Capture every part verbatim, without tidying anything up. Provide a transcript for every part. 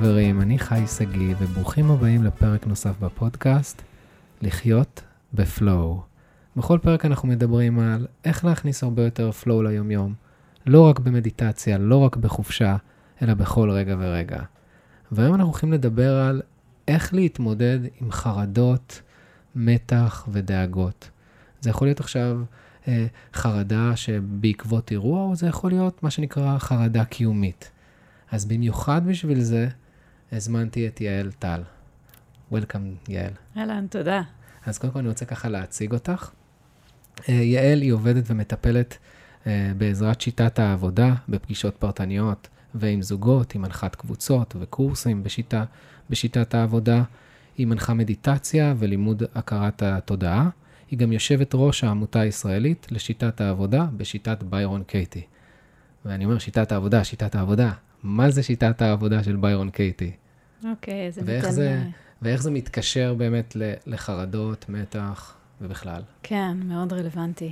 חברים, אני חי סגי, וברוכים הבאים לפרק נוסף בפודקאסט, לחיות בפלואו. בכל פרק אנחנו מדברים על איך להכניס הרבה יותר פלואו ליום-יום, לא רק במדיטציה, לא רק בחופשה, אלא בכל רגע ורגע. והיום אנחנו הולכים לדבר על איך להתמודד עם חרדות, מתח ודאגות. זה יכול להיות עכשיו אה, חרדה שבעקבות אירוע, או זה יכול להיות מה שנקרא חרדה קיומית. אז במיוחד בשביל זה, הזמנתי את יעל טל. Welcome, יעל. אהלן, תודה. אז קודם כל אני רוצה ככה להציג אותך. יעל היא עובדת ומטפלת בעזרת שיטת העבודה, בפגישות פרטניות ועם זוגות, היא מנחת קבוצות וקורסים בשיטה, בשיטת העבודה. היא מנחה מדיטציה ולימוד הכרת התודעה. היא גם יושבת ראש העמותה הישראלית לשיטת העבודה בשיטת ביירון קייטי. ואני אומר שיטת העבודה, שיטת העבודה. מה זה שיטת העבודה של ביירון קייטי? אוקיי, זה ואיך ניתן... זה, ואיך זה מתקשר באמת לחרדות, מתח ובכלל? כן, מאוד רלוונטי.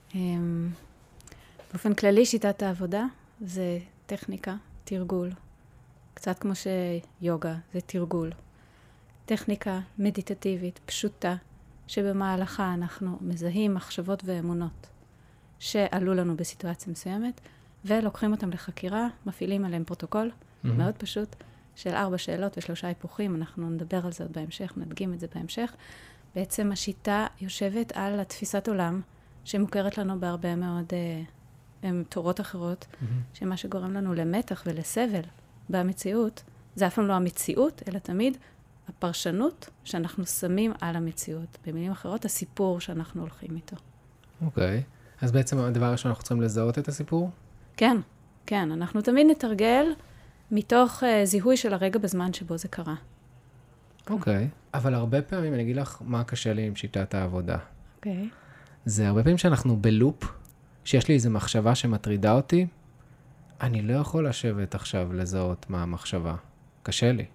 באופן כללי, שיטת העבודה זה טכניקה, תרגול. קצת כמו שיוגה, זה תרגול. טכניקה מדיטטיבית, פשוטה, שבמהלכה אנחנו מזהים מחשבות ואמונות שעלו לנו בסיטואציה מסוימת, ולוקחים אותם לחקירה, מפעילים עליהם פרוטוקול, mm-hmm. מאוד פשוט, של ארבע שאלות ושלושה היפוכים, אנחנו נדבר על זה עוד בהמשך, נדגים את זה בהמשך. בעצם השיטה יושבת על התפיסת עולם, שמוכרת לנו בהרבה מאוד אה, תורות אחרות, mm-hmm. שמה שגורם לנו למתח ולסבל במציאות, זה אף פעם לא המציאות, אלא תמיד הפרשנות שאנחנו שמים על המציאות. במילים אחרות, הסיפור שאנחנו הולכים איתו. אוקיי. Okay. אז בעצם הדבר הראשון, אנחנו צריכים לזהות את הסיפור? כן, כן. אנחנו תמיד נתרגל מתוך uh, זיהוי של הרגע בזמן שבו זה קרה. אוקיי. Okay. אבל הרבה פעמים, אני אגיד לך מה קשה לי עם שיטת העבודה. אוקיי. Okay. זה הרבה פעמים שאנחנו בלופ, שיש לי איזו מחשבה שמטרידה אותי, אני לא יכול לשבת עכשיו לזהות מה המחשבה. קשה לי.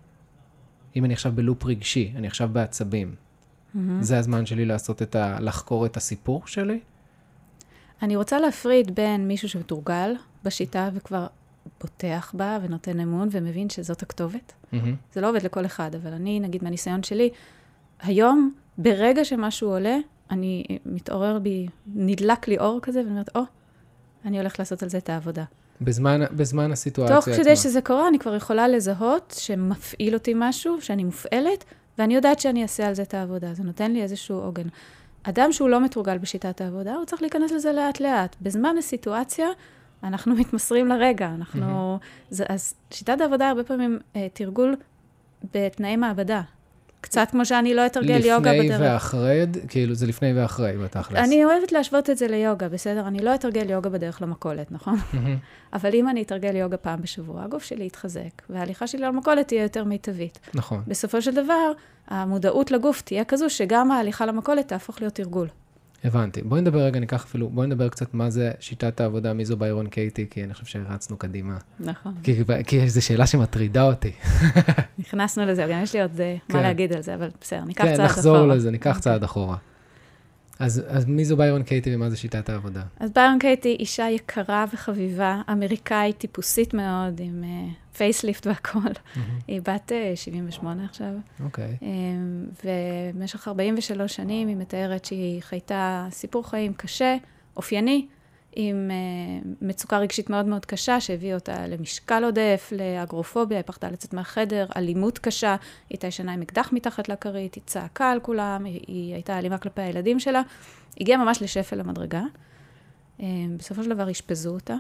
אם אני עכשיו בלופ רגשי, אני עכשיו בעצבים, mm-hmm. זה הזמן שלי לעשות את ה... לחקור את הסיפור שלי? אני רוצה להפריד בין מישהו שמתורגל בשיטה וכבר פותח בה ונותן אמון ומבין שזאת הכתובת. Mm-hmm. זה לא עובד לכל אחד, אבל אני, נגיד מהניסיון שלי, היום, ברגע שמשהו עולה, אני מתעורר בי, נדלק לי אור כזה, ואני אומרת, או, אני הולך לעשות על זה את העבודה. בזמן, בזמן הסיטואציה תוך עצמה. כדי שזה קורה, אני כבר יכולה לזהות שמפעיל אותי משהו, שאני מופעלת, ואני יודעת שאני אעשה על זה את העבודה. זה נותן לי איזשהו עוגן. אדם שהוא לא מתורגל בשיטת העבודה, הוא צריך להיכנס לזה לאט לאט. בזמן הסיטואציה, אנחנו מתמסרים לרגע. אנחנו... זה, אז שיטת העבודה הרבה פעמים אה, תרגול בתנאי מעבדה. קצת כמו שאני לא אתרגל יוגה בדרך. לפני ואחרי, כאילו זה לפני ואחרי בתכלס. אני אוהבת להשוות את זה ליוגה, בסדר? אני לא אתרגל יוגה בדרך למכולת, נכון? אבל אם אני אתרגל יוגה פעם בשבוע, הגוף שלי יתחזק, וההליכה שלי למכולת תהיה יותר מיטבית. נכון. בסופו של דבר, המודעות לגוף תהיה כזו שגם ההליכה למכולת תהפוך להיות תרגול. הבנתי. בואי נדבר רגע, ניקח אפילו, בואי נדבר קצת מה זה שיטת העבודה, מי זו ביירון קייטי, כי אני חושב שהרצנו קדימה. נכון. כי, כי זו שאלה שמטרידה אותי. נכנסנו לזה, גם יש לי עוד כן. מה להגיד על זה, אבל בסדר, ניקח כן, צעד אחורה. כן, נחזור לזה, ניקח okay. צעד אחורה. אז, אז מי זו ביירון קייטי ומה זה שיטת העבודה? אז ביירון קייטי אישה יקרה וחביבה, אמריקאית, טיפוסית מאוד, עם uh, פייסליפט והכל. Mm-hmm. היא בת uh, שבעים ושמונה עכשיו. אוקיי. Okay. Um, ובמשך ארבעים ושלוש שנים היא מתארת שהיא חייתה סיפור חיים קשה, אופייני, עם uh, מצוקה רגשית מאוד מאוד קשה, שהביא אותה למשקל עודף, לאגרופוביה, היא פחדה לצאת מהחדר, אלימות קשה, היא הייתה ישנה עם אקדח מתחת לכרית, היא צעקה על כולם, היא, היא הייתה אלימה כלפי הילדים שלה, הגיעה ממש לשפל המדרגה. Um, בסופו של דבר השפזו אותה,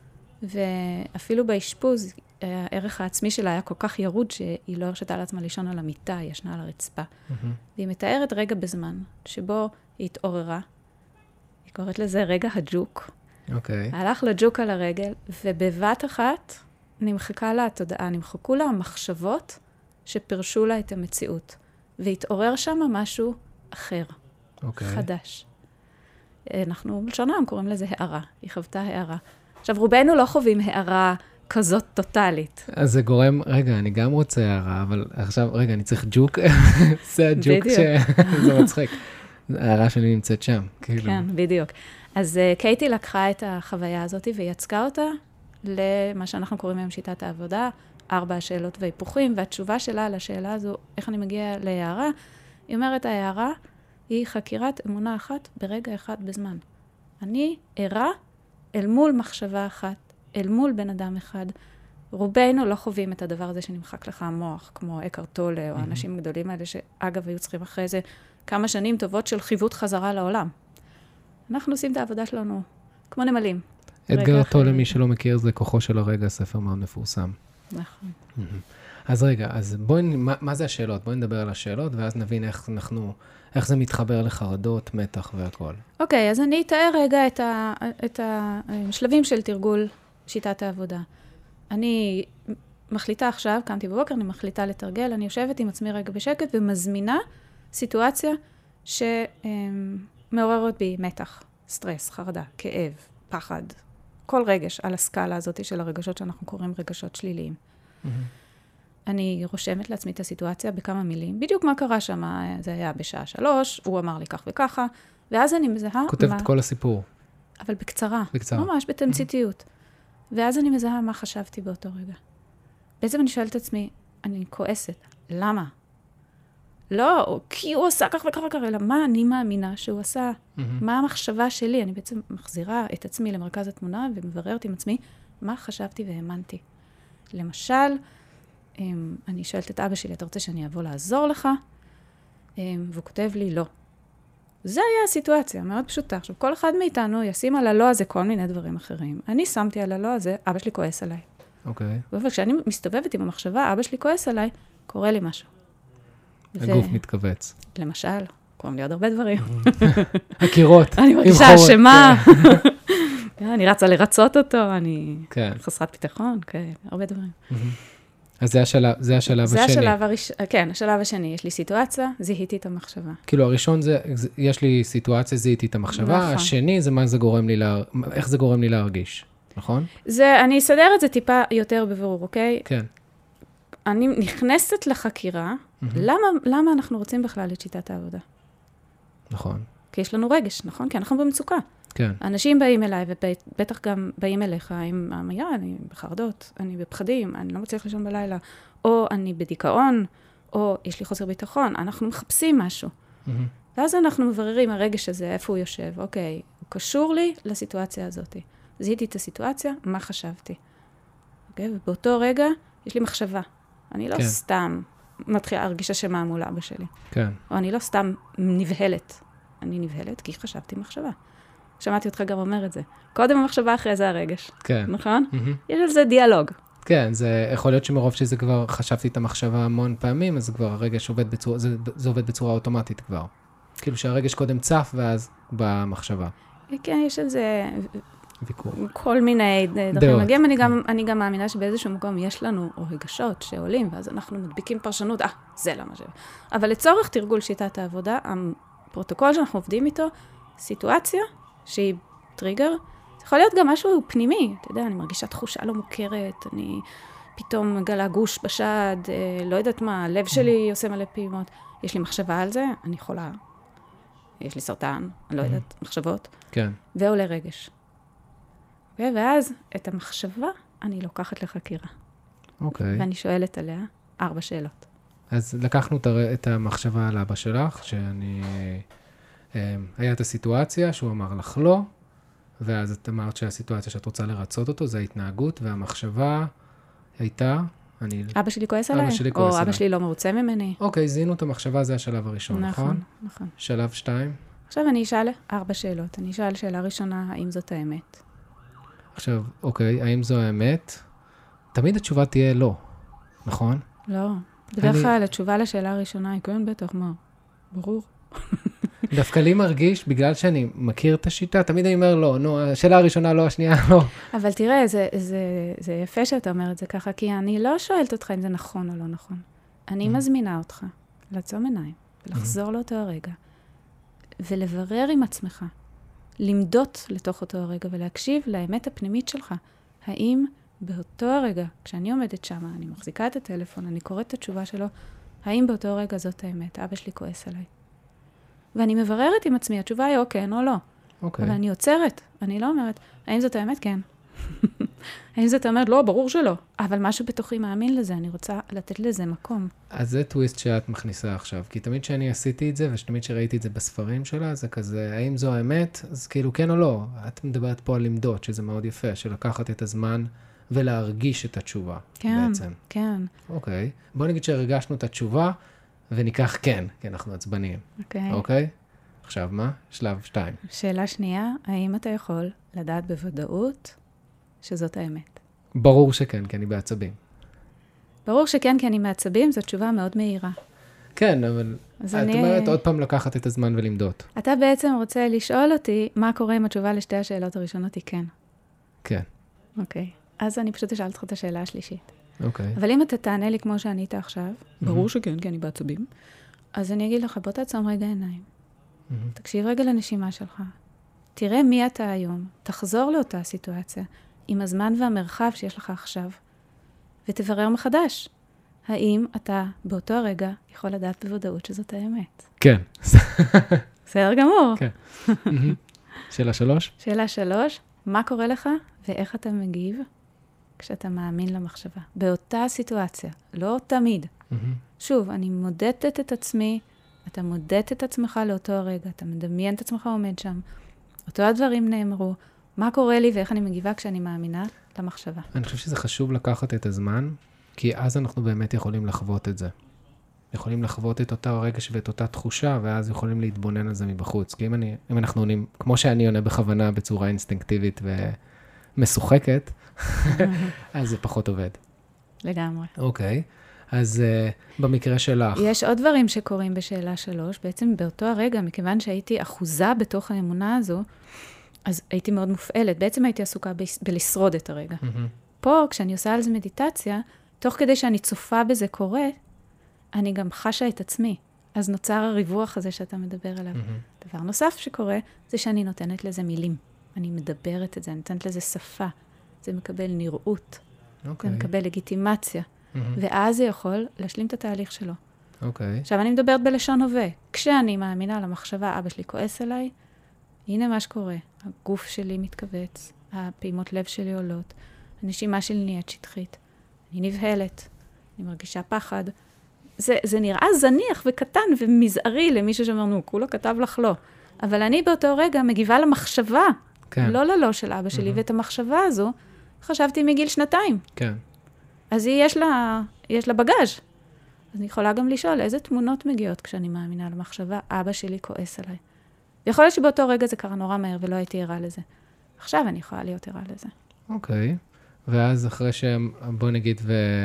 ואפילו באשפוז, הערך העצמי שלה היה כל כך ירוד, שהיא לא הרשתה לעצמה לישון על המיטה, היא ישנה על הרצפה. Mm-hmm. והיא מתארת רגע בזמן, שבו היא התעוררה, היא קוראת לזה רגע הג'וק, אוקיי. Okay. הלך לג'וק על הרגל, ובבת אחת נמחקה לה התודעה, נמחקו לה המחשבות שפרשו לה את המציאות. והתעורר שם משהו אחר, אוקיי. חדש. אנחנו בלשון העם קוראים לזה הערה, היא חוותה הערה. עכשיו, רובנו לא חווים הערה כזאת טוטלית. אז זה גורם, רגע, אני גם רוצה הערה, אבל עכשיו, רגע, אני צריך ג'וק, זה הג'וק שזה מצחיק. הערה שלי נמצאת שם, כאילו. כן, בדיוק. אז uh, קייטי לקחה את החוויה הזאת ויצקה אותה למה שאנחנו קוראים היום שיטת העבודה, ארבע השאלות וההיפוכים, והתשובה שלה לשאלה הזו, איך אני מגיעה להערה, היא אומרת, ההערה היא חקירת אמונה אחת ברגע אחד בזמן. אני ערה אל מול מחשבה אחת, אל מול בן אדם אחד. רובנו לא חווים את הדבר הזה שנמחק לך המוח, כמו אקהרט טולה, או האנשים הגדולים האלה, שאגב, היו צריכים אחרי זה כמה שנים טובות של חיווט חזרה לעולם. אנחנו עושים את העבודה שלנו כמו נמלים. אקהרט טולה, מי שלא מכיר, זה כוחו של הרגע, ספר מאוד מפורסם. נכון. אז רגע, אז בואי, מה, מה זה השאלות? בואי נדבר על השאלות, ואז נבין איך אנחנו, איך זה מתחבר לחרדות, מתח והכל. אוקיי, אז אני אתאר רגע את, ה, את השלבים של תרגול שיטת העבודה. אני מחליטה עכשיו, קמתי בבוקר, אני מחליטה לתרגל, אני יושבת עם עצמי רגע בשקט ומזמינה סיטואציה שמעוררת בי מתח, סטרס, חרדה, כאב, פחד, כל רגש על הסקאלה הזאת של הרגשות שאנחנו קוראים רגשות שליליים. Mm-hmm. אני רושמת לעצמי את הסיטואציה בכמה מילים, בדיוק מה קרה שם, זה היה בשעה שלוש, הוא אמר לי כך וככה, ואז אני מזהה... כותבת מה... את כל הסיפור. אבל בקצרה. בקצרה. ממש בתמציתיות. Mm-hmm. ואז אני מזהה מה חשבתי באותו רגע. בעצם אני שואלת את עצמי, אני כועסת, למה? לא, כי הוא עשה כך וכך וכך, אלא מה אני מאמינה שהוא עשה? Mm-hmm. מה המחשבה שלי? אני בעצם מחזירה את עצמי למרכז התמונה, ומבררת עם עצמי מה חשבתי והאמנתי. למשל, אני שואלת את אבא שלי, אתה רוצה שאני אבוא לעזור לך? והוא כותב לי, לא. זה היה הסיטואציה, מאוד פשוטה. עכשיו, כל אחד מאיתנו ישים על הלא הזה כל מיני דברים אחרים. אני שמתי על הלא הזה, אבא שלי כועס עליי. אוקיי. אבל כשאני מסתובבת עם המחשבה, אבא שלי כועס עליי, קורה לי משהו. הגוף מתכווץ. למשל, קוראים לי עוד הרבה דברים. הקירות. אני מרגישה אשמה. אני רצה לרצות אותו, אני חסרת ביטחון, הרבה דברים. אז זה השלב, זה השלב השני. זה השלב הראשון, כן, השלב השני. יש לי סיטואציה, זיהיתי את המחשבה. כאילו, הראשון זה, יש לי סיטואציה, זיהיתי את המחשבה. נכון. השני זה מה זה גורם לי, לה, איך זה גורם לי להרגיש, נכון? זה, אני אסדר את זה טיפה יותר בבירור, אוקיי? כן. אני נכנסת לחקירה, mm-hmm. למה, למה אנחנו רוצים בכלל את שיטת העבודה? נכון. כי יש לנו רגש, נכון? כי אנחנו במצוקה. כן. אנשים באים אליי, ובטח גם באים אליך, עם המיה, אני בחרדות, אני בפחדים, אני לא מצליח לישון בלילה, או אני בדיכאון, או יש לי חוסר ביטחון, אנחנו מחפשים משהו. Mm-hmm. ואז אנחנו מבררים הרגש הזה, איפה הוא יושב, אוקיי, הוא קשור לי לסיטואציה הזאת. זיהיתי את הסיטואציה, מה חשבתי? אוקיי, ובאותו רגע יש לי מחשבה. אני לא כן. סתם מתחילה להרגיש אשמה מול אבא שלי. כן. או אני לא סתם נבהלת. אני נבהלת כי חשבתי מחשבה. שמעתי אותך גם אומר את זה. קודם המחשבה, אחרי זה הרגש. כן. נכון? Mm-hmm. יש על זה דיאלוג. כן, זה יכול להיות שמרוב שזה כבר, חשבתי את המחשבה המון פעמים, אז כבר הרגש עובד בצורה, זה, זה עובד בצורה אוטומטית כבר. כאילו שהרגש קודם צף, ואז במחשבה. כן, יש על זה... ויקור. כל מיני דרכים מגיעים. אני גם, אני גם מאמינה שבאיזשהו מקום יש לנו רגשות שעולים, ואז אנחנו מדביקים פרשנות, אה, זה למה זה. אבל לצורך תרגול שיטת העבודה, הפרוטוקול שאנחנו עובדים איתו, סיטואציה שהיא טריגר, זה יכול להיות גם משהו פנימי. אתה יודע, אני מרגישה תחושה לא מוכרת, אני פתאום מגלה גוש בשד, לא יודעת מה, הלב שלי עושה מלא פעימות. יש לי מחשבה על זה, אני יכולה, יש לי סרטן, אני לא יודעת, מחשבות. כן. ועולה רגש. ואז את המחשבה אני לוקחת לחקירה. אוקיי. ואני שואלת עליה ארבע שאלות. אז לקחנו את המחשבה על אבא שלך, שאני... היה את הסיטואציה שהוא אמר לך לא, ואז את אמרת שהסיטואציה שאת רוצה לרצות אותו, זה ההתנהגות, והמחשבה הייתה... אני... אבא שלי כועס עליי? אבא שלי כועס עליי. או אבא שלי לא מרוצה ממני? אוקיי, זיהינו את המחשבה, זה השלב הראשון, נכון? נכון, נכון. שלב שתיים? עכשיו אני אשאל ארבע שאלות. אני אשאל שאלה ראשונה, האם זאת האמת? עכשיו, אוקיי, האם זו האמת? תמיד התשובה תהיה לא, נכון? לא. בדרך כלל התשובה לשאלה הראשונה היא, כן, בטח, מה? ברור. דווקא לי מרגיש, בגלל שאני מכיר את השיטה, תמיד אני אומר לא, נו, השאלה הראשונה לא, השנייה לא. אבל תראה, זה, זה, זה יפה שאתה אומר את זה ככה, כי אני לא שואלת אותך אם זה נכון או לא נכון. אני מזמינה אותך לעצום עיניים, ולחזור לאותו הרגע, ולברר עם עצמך, למדות לתוך אותו הרגע, ולהקשיב לאמת הפנימית שלך. האם באותו הרגע, כשאני עומדת שם, אני מחזיקה את הטלפון, אני קוראת את התשובה שלו, האם באותו רגע זאת האמת? אבא שלי כועס עליי. ואני מבררת עם עצמי, התשובה היא או כן או לא. אוקיי. אבל אני עוצרת, אני לא אומרת, האם זאת האמת? כן. האם זאת אומרת, לא, ברור שלא. אבל משהו בתוכי מאמין לזה, אני רוצה לתת לזה מקום. אז זה טוויסט שאת מכניסה עכשיו, כי תמיד שאני עשיתי את זה, ותמיד שראיתי את זה בספרים שלה, זה כזה, האם זו האמת? אז כאילו כן או לא. את מדברת פה על למדות, שזה מאוד יפה, של לקחת את הזמן ולהרגיש את התשובה, כן, בעצם. כן. אוקיי. בוא נגיד שהרגשנו את התשובה, וניקח כן, כי אנחנו עצבניים. אוקיי. אוקיי? עכשיו מה? שלב שתיים. שאלה שנייה, האם אתה יכול לדעת בוודאות שזאת האמת? ברור שכן, כי אני בעצבים. ברור שכן, כי אני מעצבים, זו תשובה מאוד מהירה. כן, אבל את אני... אומרת עוד פעם לקחת את הזמן ולמדות. אתה בעצם רוצה לשאול אותי, מה קורה עם התשובה לשתי השאלות הראשונות היא כן. כן. אוקיי. אז אני פשוט אשאל אותך את השאלה השלישית. אוקיי. אבל אם אתה תענה לי כמו שענית עכשיו, ברור שכן, כי אני בעצבים, אז אני אגיד לך, בוא תעצום רגע עיניים. תקשיב רגע לנשימה שלך. תראה מי אתה היום. תחזור לאותה סיטואציה, עם הזמן והמרחב שיש לך עכשיו, ותברר מחדש. האם אתה באותו הרגע יכול לדעת בוודאות שזאת האמת? כן. בסדר גמור. כן. שאלה שלוש? שאלה שלוש, מה קורה לך ואיך אתה מגיב כשאתה מאמין למחשבה? באותה סיטואציה, לא תמיד. שוב, אני מודדת את עצמי, אתה מודד את עצמך לאותו הרגע, אתה מדמיין את עצמך עומד שם. אותו הדברים נאמרו, מה קורה לי ואיך אני מגיבה כשאני מאמינה למחשבה. אני חושב שזה חשוב לקחת את הזמן, כי אז אנחנו באמת יכולים לחוות את זה. יכולים לחוות את אותה רגש ואת אותה תחושה, ואז יכולים להתבונן על זה מבחוץ. כי אם, אני, אם אנחנו עונים, כמו שאני עונה בכוונה בצורה אינסטינקטיבית ומשוחקת, אז זה פחות עובד. לגמרי. אוקיי. אז uh, במקרה שלך... יש עוד דברים שקורים בשאלה שלוש. בעצם באותו הרגע, מכיוון שהייתי אחוזה בתוך האמונה הזו, אז הייתי מאוד מופעלת. בעצם הייתי עסוקה ב- בלשרוד את הרגע. Mm-hmm. פה, כשאני עושה על זה מדיטציה, תוך כדי שאני צופה בזה קורה, אני גם חשה את עצמי. אז נוצר הריווח הזה שאתה מדבר עליו. Mm-hmm. דבר נוסף שקורה, זה שאני נותנת לזה מילים. אני מדברת את זה, אני נותנת לזה שפה. זה מקבל נראות. Okay. זה מקבל לגיטימציה. Mm-hmm. ואז זה יכול להשלים את התהליך שלו. אוקיי. Okay. עכשיו, אני מדברת בלשון הווה. כשאני מאמינה למחשבה, אבא שלי כועס עליי, הנה מה שקורה. הגוף שלי מתכווץ, הפעימות לב שלי עולות, הנשימה שלי נהיית שטחית. אני נבהלת, אני מרגישה פחד. זה, זה נראה זניח וקטן ומזערי למישהו שאומרנו, כולו כתב לך לא. אבל אני באותו רגע מגיבה למחשבה, כן. לא ללא של אבא שלי, mm-hmm. ואת המחשבה הזו חשבתי מגיל שנתיים. כן. אז היא יש לה, יש לה בגז'. אז אני יכולה גם לשאול, איזה תמונות מגיעות כשאני מאמינה למחשבה, אבא שלי כועס עליי. יכול להיות שבאותו רגע זה קרה נורא מהר ולא הייתי ערה לזה. עכשיו אני יכולה להיות ערה לזה. אוקיי. ואז אחרי שבוא נגיד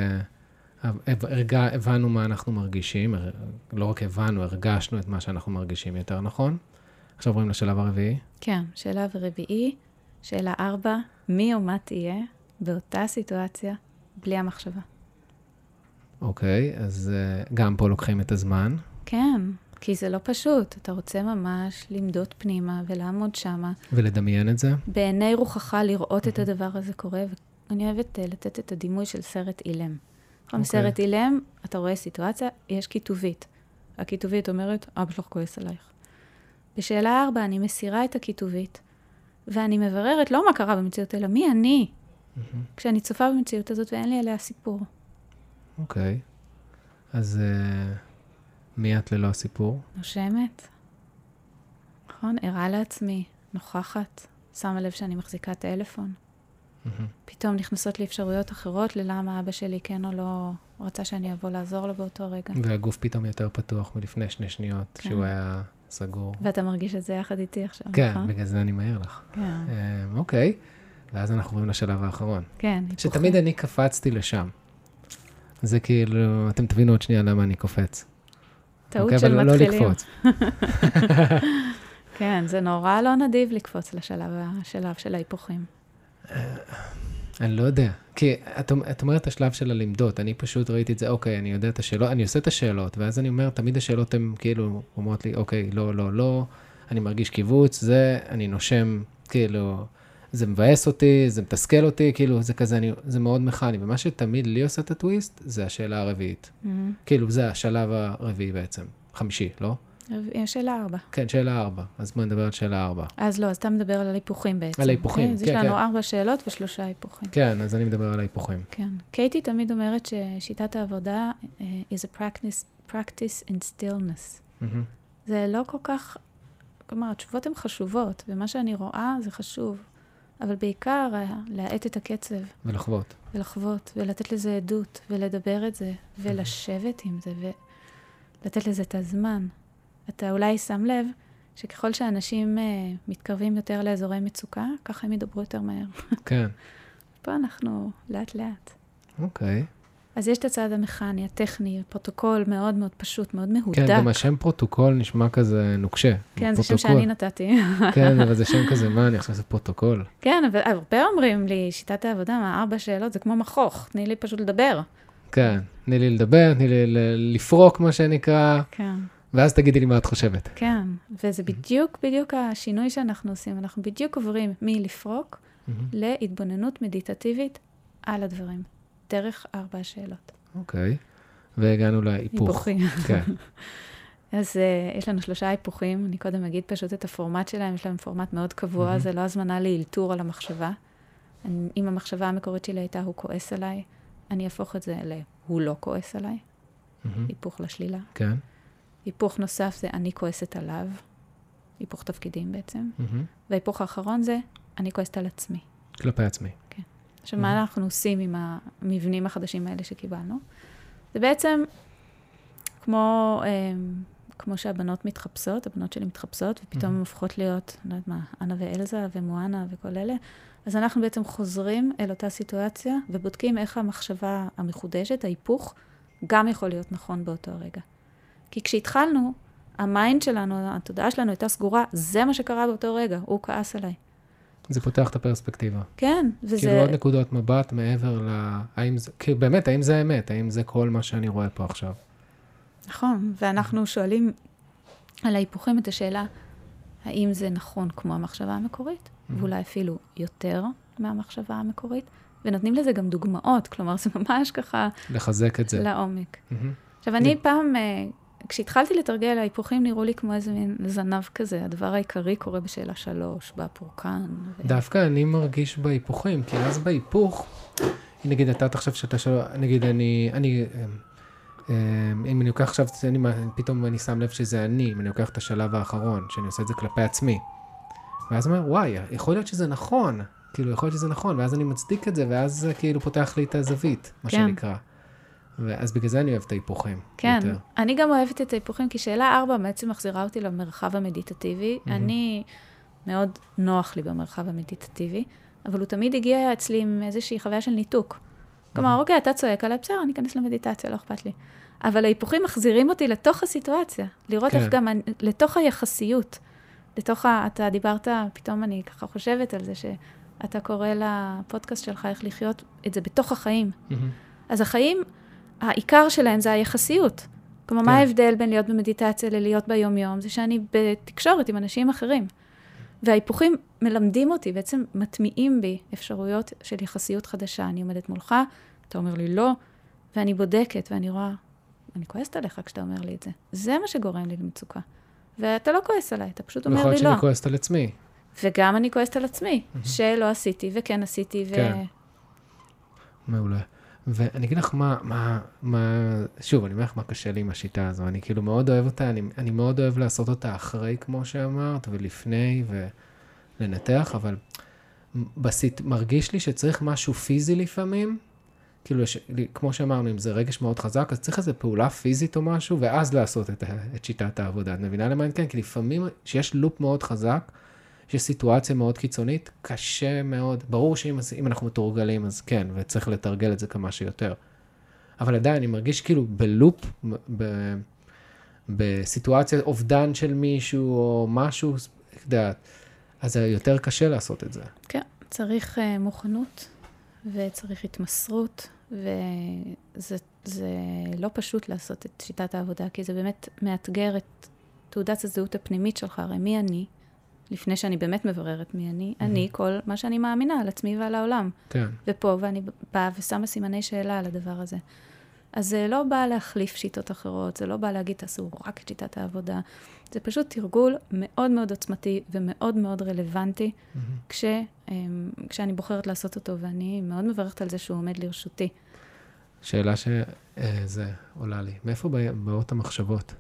והבנו מה אנחנו מרגישים, לא רק הבנו, הרגשנו את מה שאנחנו מרגישים יותר, נכון? עכשיו עוברים לשלב הרביעי. כן, שלב הרביעי, שאלה ארבע, מי או מה תהיה באותה סיטואציה בלי המחשבה? אוקיי, אז גם פה לוקחים את הזמן. כן, כי זה לא פשוט. אתה רוצה ממש למדוד פנימה ולעמוד שמה. ולדמיין את זה. בעיני רוחך לראות את הדבר הזה קורה, ואני אוהבת לתת את הדימוי של סרט אילם. נכון, סרט אילם, אתה רואה סיטואציה, יש כיתובית. הכיתובית אומרת, אבא שלך כועס עלייך. בשאלה ארבע, אני מסירה את הכיתובית, ואני מבררת לא מה קרה במציאות, אלא מי אני, כשאני צופה במציאות הזאת ואין לי עליה סיפור. אוקיי. אז uh, מי את ללא הסיפור? נושמת. נכון? ערה לעצמי, נוכחת, שמה לב שאני מחזיקה טלפון. Mm-hmm. פתאום נכנסות לי אפשרויות אחרות ללמה אבא שלי כן או לא רצה שאני אבוא לעזור לו באותו רגע. והגוף פתאום יותר פתוח מלפני שני שניות, כן. שהוא היה סגור. ואתה מרגיש את זה יחד איתי עכשיו, כן, נכון? בגלל זה אני מהר לך. כן. Um, אוקיי. ואז אנחנו עוברים לשלב האחרון. כן. שתמיד אני קפצתי לשם. זה כאילו, אתם תבינו עוד שנייה למה אני קופץ. טעות okay, של אבל מתחילים. לא לקפוץ. כן, זה נורא לא נדיב לקפוץ לשלב השלב של ההיפוכים. אני לא יודע. כי את, את אומרת השלב של הלמדות, אני פשוט ראיתי את זה, אוקיי, אני יודע את השאלות, אני עושה את השאלות, ואז אני אומר, תמיד השאלות הן כאילו, אומרות לי, אוקיי, לא, לא, לא, אני מרגיש קיבוץ, זה, אני נושם, כאילו, זה מבאס אותי, זה מתסכל אותי, כאילו, זה כזה, אני, זה מאוד מכני, ומה שתמיד לי עושה את הטוויסט, זה השאלה הרביעית. Mm-hmm. כאילו, זה השלב הרביעי בעצם, חמישי, לא? שאלה ארבע. כן, שאלה ארבע. אז בוא נדבר על שאלה ארבע. אז לא, אז אתה מדבר על ההיפוכים בעצם. על ההיפוכים, כן, אז כן. יש לנו ארבע שאלות ושלושה היפוכים. כן, אז אני מדבר על ההיפוכים. כן. קייטי תמיד אומרת ששיטת העבודה uh, is a practice, practice in stillness. Mm-hmm. זה לא כל כך, כלומר, התשובות הן חשובות, ומה שאני רואה זה חשוב, אבל בעיקר להאט את הקצב. ולחוות. ולחוות, ולתת לזה עדות, ולדבר את זה, ולשבת עם זה, ולתת לזה את הזמן. אתה אולי שם לב שככל שאנשים uh, מתקרבים יותר לאזורי מצוקה, ככה הם ידברו יותר מהר. כן. פה אנחנו לאט לאט. אוקיי. אז יש את הצד המכני, הטכני, פרוטוקול מאוד מאוד פשוט, מאוד מהודק. כן, גם השם פרוטוקול נשמע כזה נוקשה. כן, זה שם שאני נתתי. כן, אבל זה שם כזה, מה, אני חושב שזה פרוטוקול. כן, אבל הרבה אומרים לי, שיטת העבודה, מה, ארבע שאלות, זה כמו מכוך, תני לי פשוט לדבר. כן, תני לי לדבר, תני לי לפרוק, מה שנקרא. כן. ואז תגידי לי מה את חושבת. כן, וזה בדיוק, בדיוק השינוי שאנחנו עושים. אנחנו בדיוק עוברים מלפרוק להתבוננות מדיטטיבית על הדברים, דרך ארבע שאלות. אוקיי, והגענו להיפוך. היפוכים. כן. אז uh, יש לנו שלושה היפוכים, אני קודם אגיד פשוט את הפורמט שלהם, יש להם פורמט מאוד קבוע, mm-hmm. זה לא הזמנה לאלתור על המחשבה. אני, אם המחשבה המקורית שלי הייתה, הוא כועס עליי, אני אהפוך את זה ל-הוא לא כועס עליי, mm-hmm. היפוך לשלילה. כן. היפוך נוסף זה אני כועסת עליו, היפוך תפקידים בעצם. Mm-hmm. וההיפוך האחרון זה אני כועסת על עצמי. כלפי עצמי. כן. עכשיו, mm-hmm. מה אנחנו עושים עם המבנים החדשים האלה שקיבלנו? זה בעצם כמו, כמו שהבנות מתחפשות, הבנות שלי מתחפשות, ופתאום הן הופכות להיות, לא יודעת מה, אנה ואלזה ומואנה וכל אלה. אז אנחנו בעצם חוזרים אל אותה סיטואציה, ובודקים איך המחשבה המחודשת, ההיפוך, גם יכול להיות נכון באותו הרגע. כי כשהתחלנו, המיינד שלנו, התודעה שלנו הייתה סגורה, זה מה שקרה באותו רגע, הוא כעס עליי. זה פותח את הפרספקטיבה. כן, וזה... כאילו עוד נקודות מבט מעבר ל... האם זה... כאילו באמת, האם זה האמת? האם זה כל מה שאני רואה פה עכשיו? נכון, ואנחנו שואלים על ההיפוכים את השאלה, האם זה נכון כמו המחשבה המקורית, ואולי אפילו יותר מהמחשבה המקורית, ונותנים לזה גם דוגמאות, כלומר, זה ממש ככה... לחזק את זה. לעומק. עכשיו, אני פעם, כשהתחלתי לתרגל, ההיפוכים נראו לי כמו איזה מין זנב כזה, הדבר העיקרי קורה בשאלה שלוש, בפורקן. דווקא אני מרגיש בהיפוכים, כי אז בהיפוך, נגיד, אתה תחשב שאתה שואל, נגיד, אני... אני אם אני לוקח עכשיו, פתאום אני שם לב שזה אני, אם אני לוקח את השלב האחרון, שאני עושה את זה כלפי עצמי. ואז אני אומר, וואי, יכול להיות שזה נכון, כאילו, יכול להיות שזה נכון, ואז אני מצדיק את זה, ואז זה כאילו פותח לי את הזווית, מה שנקרא. ואז בגלל זה אני אוהבת את ההיפוכים. כן, אני גם אוהבת את ההיפוכים, כי שאלה ארבע בעצם מחזירה אותי למרחב המדיטטיבי. אני, מאוד נוח לי במרחב המדיטטיבי, אבל הוא תמיד הגיע אצלי עם איזושהי חוויה של ניתוק. כלומר, אוקיי, אתה צועק עליי, בסדר, אני אכנס למדיטציה, לא אכפת לי. אבל ההיפוכים מחזירים אותי לתוך הסיטואציה, לראות איך גם, לתוך היחסיות, לתוך ה... אתה דיברת, פתאום אני ככה חושבת על זה, שאתה קורא לפודקאסט שלך איך לחיות את זה בתוך החיים. אז החיים, העיקר שלהם זה היחסיות. כלומר, מה ההבדל בין להיות במדיטציה ללהיות ביום-יום? זה שאני בתקשורת עם אנשים אחרים. וההיפוכים מלמדים אותי, בעצם מטמיעים בי אפשרויות של יחסיות חדשה. אני עומדת מולך, אתה אומר לי לא, ואני בודקת, ואני רואה, אני כועסת עליך כשאתה אומר לי את זה. זה מה שגורם לי למצוקה. ואתה לא כועס עליי, אתה פשוט אומר לי לא. יכול להיות שאני כועסת על עצמי. וגם אני כועסת על עצמי, שלא עשיתי וכן עשיתי. כן. מעולה. ואני אגיד לך מה, מה, מה, שוב, אני אומר לך מה קשה לי עם השיטה הזו, אני כאילו מאוד אוהב אותה, אני, אני מאוד אוהב לעשות אותה אחרי, כמו שאמרת, ולפני, ולנתח, אבל בסיט, מרגיש לי שצריך משהו פיזי לפעמים, כאילו, ש, כמו שאמרנו, אם זה רגש מאוד חזק, אז צריך איזו פעולה פיזית או משהו, ואז לעשות את, את שיטת העבודה. את מבינה למה אני כן? כי לפעמים, שיש לופ מאוד חזק, שיש סיטואציה מאוד קיצונית, קשה מאוד. ברור שאם אם אנחנו מתורגלים, אז כן, וצריך לתרגל את זה כמה שיותר. אבל עדיין, אני מרגיש כאילו בלופ, ב, בסיטואציה אובדן של מישהו או משהו, יודעת, אז זה יותר קשה לעשות את זה. כן, צריך uh, מוכנות, וצריך התמסרות, וזה זה לא פשוט לעשות את שיטת העבודה, כי זה באמת מאתגר את תעודת הזהות הפנימית שלך, הרי מי אני? לפני שאני באמת מבררת מי אני, mm-hmm. אני כל מה שאני מאמינה על עצמי ועל העולם. כן. ופה, ואני באה ושמה סימני שאלה על הדבר הזה. אז זה לא בא להחליף שיטות אחרות, זה לא בא להגיד, תעשו רק את שיטת העבודה. זה פשוט תרגול מאוד מאוד עוצמתי ומאוד מאוד רלוונטי, mm-hmm. כש, כשאני בוחרת לעשות אותו, ואני מאוד מברכת על זה שהוא עומד לרשותי. שאלה שזה עולה לי. מאיפה באות המחשבות?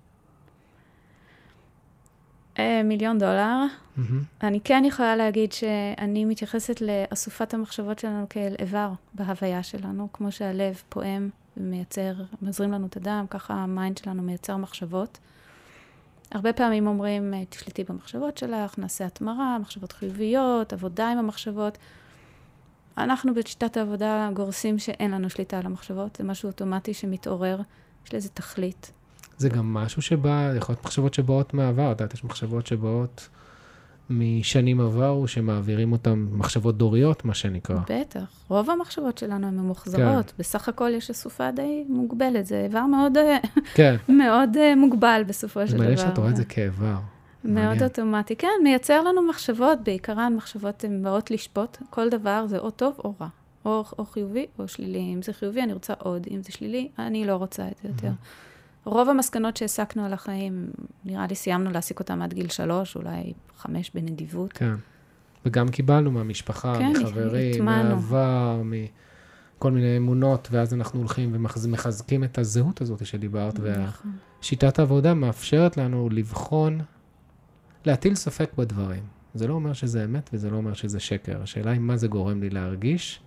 מיליון דולר. Mm-hmm. אני כן יכולה להגיד שאני מתייחסת לאסופת המחשבות שלנו כאל איבר בהוויה שלנו, כמו שהלב פועם ומייצר, מזרים לנו את הדם, ככה המיינד שלנו מייצר מחשבות. הרבה פעמים אומרים, תשליטי במחשבות שלך, נעשה התמרה, מחשבות חיוביות, עבודה עם המחשבות. אנחנו בשיטת העבודה גורסים שאין לנו שליטה על המחשבות, זה משהו אוטומטי שמתעורר, יש לזה תכלית. זה גם משהו שבא, יכול להיות מחשבות שבאות מעבר, את יודעת, יש מחשבות שבאות משנים עברו, שמעבירים אותם, מחשבות דוריות, מה שנקרא. בטח, רוב המחשבות שלנו הן ממוחזרות, כן. בסך הכל יש אסופה די מוגבלת, זה איבר מאוד, כן. מאוד מוגבל בסופו של דבר. זה מלא שאת רואה את זה כאיבר. מאוד אוטומטי, כן, מייצר לנו מחשבות, בעיקרן מחשבות הן באות לשפוט, כל דבר זה או טוב או רע, או, או חיובי או שלילי, אם זה חיובי אני רוצה עוד, אם זה שלילי אני לא רוצה את זה יותר. רוב המסקנות שהעסקנו על החיים, נראה לי סיימנו להסיק אותם עד גיל שלוש, אולי חמש בנדיבות. כן, וגם קיבלנו מהמשפחה, כן, מחברים, מהעבר, מכל מיני אמונות, ואז אנחנו הולכים ומחזקים את הזהות הזאת שדיברת, ושיטת העבודה מאפשרת לנו לבחון, להטיל ספק בדברים. זה לא אומר שזה אמת וזה לא אומר שזה שקר. השאלה היא מה זה גורם לי להרגיש,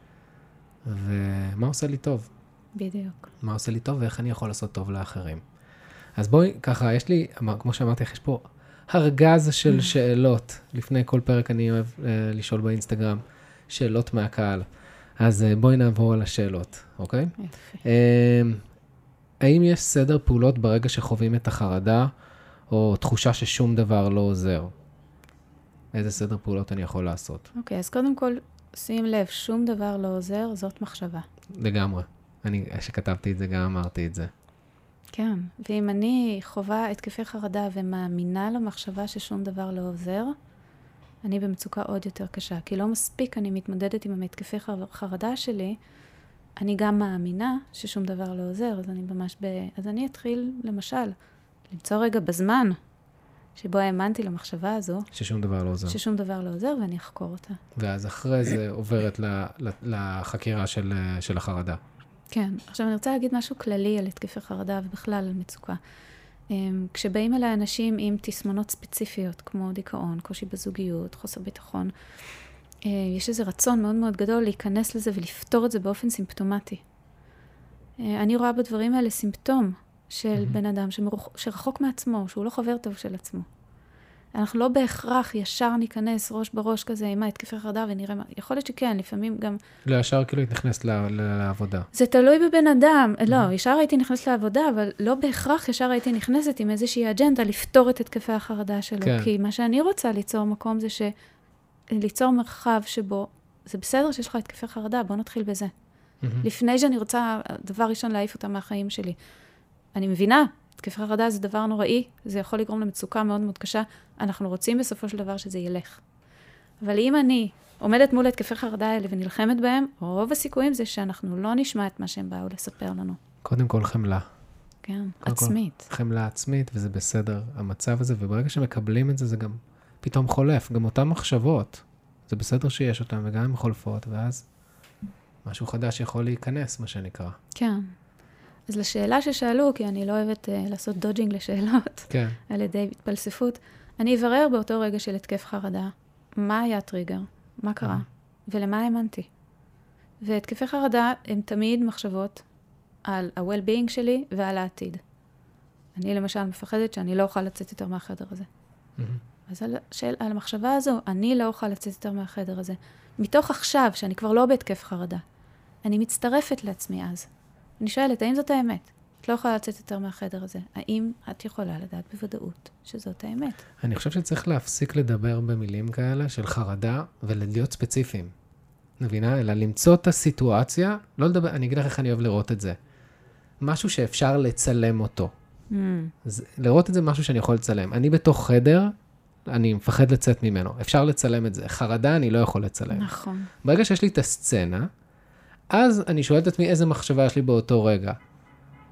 ומה עושה לי טוב. בדיוק. מה עושה לי טוב ואיך אני יכול לעשות טוב לאחרים. אז בואי, ככה, יש לי, כמו שאמרתי, יש פה הרגז של שאלות. לפני כל פרק אני אוהב uh, לשאול באינסטגרם שאלות מהקהל. אז uh, בואי נעבור על השאלות, אוקיי? יפה. Uh, האם יש סדר פעולות ברגע שחווים את החרדה, או תחושה ששום דבר לא עוזר? איזה סדר פעולות אני יכול לעשות? אוקיי, אז קודם כל, שים לב, שום דבר לא עוזר, זאת מחשבה. לגמרי. אני, שכתבתי את זה, גם אמרתי את זה. כן, ואם אני חווה התקפי חרדה ומאמינה למחשבה ששום דבר לא עוזר, אני במצוקה עוד יותר קשה, כי לא מספיק אני מתמודדת עם התקפי חרדה שלי, אני גם מאמינה ששום דבר לא עוזר, אז אני ממש ב... אז אני אתחיל, למשל, למצוא רגע בזמן שבו האמנתי למחשבה הזו, ששום דבר לא עוזר. ששום דבר לא עוזר, ואני אחקור אותה. ואז אחרי זה עוברת לחקירה של, של החרדה. כן. עכשיו אני רוצה להגיד משהו כללי על התקפי חרדה ובכלל על מצוקה. כשבאים אליי אנשים עם תסמונות ספציפיות, כמו דיכאון, קושי בזוגיות, חוסר ביטחון, יש איזה רצון מאוד מאוד גדול להיכנס לזה ולפתור את זה באופן סימפטומטי. אני רואה בדברים האלה סימפטום של בן אדם שמרוח, שרחוק מעצמו, שהוא לא חבר טוב של עצמו. אנחנו לא בהכרח ישר ניכנס ראש בראש כזה עם התקפי חרדה ונראה מה. יכול להיות שכן, לפעמים גם... לא, ישר כאילו התנכנס לעבודה. זה תלוי בבן אדם. לא, ישר הייתי נכנסת לעבודה, אבל לא בהכרח ישר הייתי נכנסת עם איזושהי אג'נדה לפתור את התקפי החרדה שלו. כן. כי מה שאני רוצה ליצור מקום זה ש... ליצור מרחב שבו, זה בסדר שיש לך התקפי חרדה, בוא נתחיל בזה. לפני שאני רוצה, דבר ראשון, להעיף אותה מהחיים שלי. אני מבינה, התקפי חרדה זה דבר נוראי, זה יכול לגרום למצוקה מאוד מאוד קשה, אנחנו רוצים בסופו של דבר שזה ילך. אבל אם אני עומדת מול התקפי חרדה האלה ונלחמת בהם, רוב הסיכויים זה שאנחנו לא נשמע את מה שהם באו לספר לנו. קודם כל חמלה. כן, עצמית. כל חמלה עצמית, וזה בסדר, המצב הזה, וברגע שמקבלים את זה, זה גם פתאום חולף, גם אותן מחשבות. זה בסדר שיש אותן, וגם הן חולפות, ואז משהו חדש יכול להיכנס, מה שנקרא. כן. אז לשאלה ששאלו, כי אני לא אוהבת uh, לעשות דודג'ינג לשאלות, כן. על ידי התפלספות, אני אברר באותו רגע של התקף חרדה, מה היה הטריגר, מה קרה, mm-hmm. ולמה האמנתי. והתקפי חרדה הם תמיד מחשבות על ה-well-being שלי ועל העתיד. אני למשל מפחדת שאני לא אוכל לצאת יותר מהחדר הזה. Mm-hmm. אז על, של, על המחשבה הזו, אני לא אוכל לצאת יותר מהחדר הזה. מתוך עכשיו, שאני כבר לא בהתקף חרדה, אני מצטרפת לעצמי אז. אני שואלת, האם זאת האמת? את לא יכולה לצאת יותר מהחדר הזה. האם את יכולה לדעת בוודאות שזאת האמת? אני חושב שצריך להפסיק לדבר במילים כאלה של חרדה ולהיות ספציפיים. מבינה? אלא למצוא את הסיטואציה, לא לדבר, אני אגיד לך איך אני אוהב לראות את זה. משהו שאפשר לצלם אותו. Mm. אז לראות את זה משהו שאני יכול לצלם. אני בתוך חדר, אני מפחד לצאת ממנו. אפשר לצלם את זה. חרדה אני לא יכול לצלם. נכון. ברגע שיש לי את הסצנה, אז אני שואל את עצמי איזה מחשבה יש לי באותו רגע.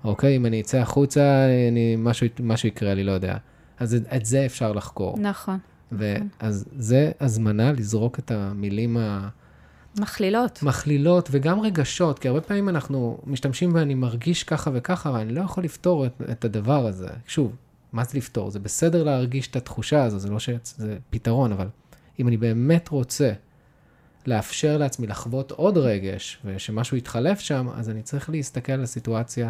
אוקיי? אם אני אצא החוצה, אני, משהו, משהו יקרה לי, לא יודע. אז את, את זה אפשר לחקור. נכון. ואז זה הזמנה לזרוק את המילים ה... מכלילות. מכלילות וגם רגשות, כי הרבה פעמים אנחנו משתמשים ואני מרגיש ככה וככה, אבל אני לא יכול לפתור את, את הדבר הזה. שוב, מה זה לפתור? זה בסדר להרגיש את התחושה הזו, זה לא שזה פתרון, אבל אם אני באמת רוצה לאפשר לעצמי לחוות עוד רגש, ושמשהו יתחלף שם, אז אני צריך להסתכל על הסיטואציה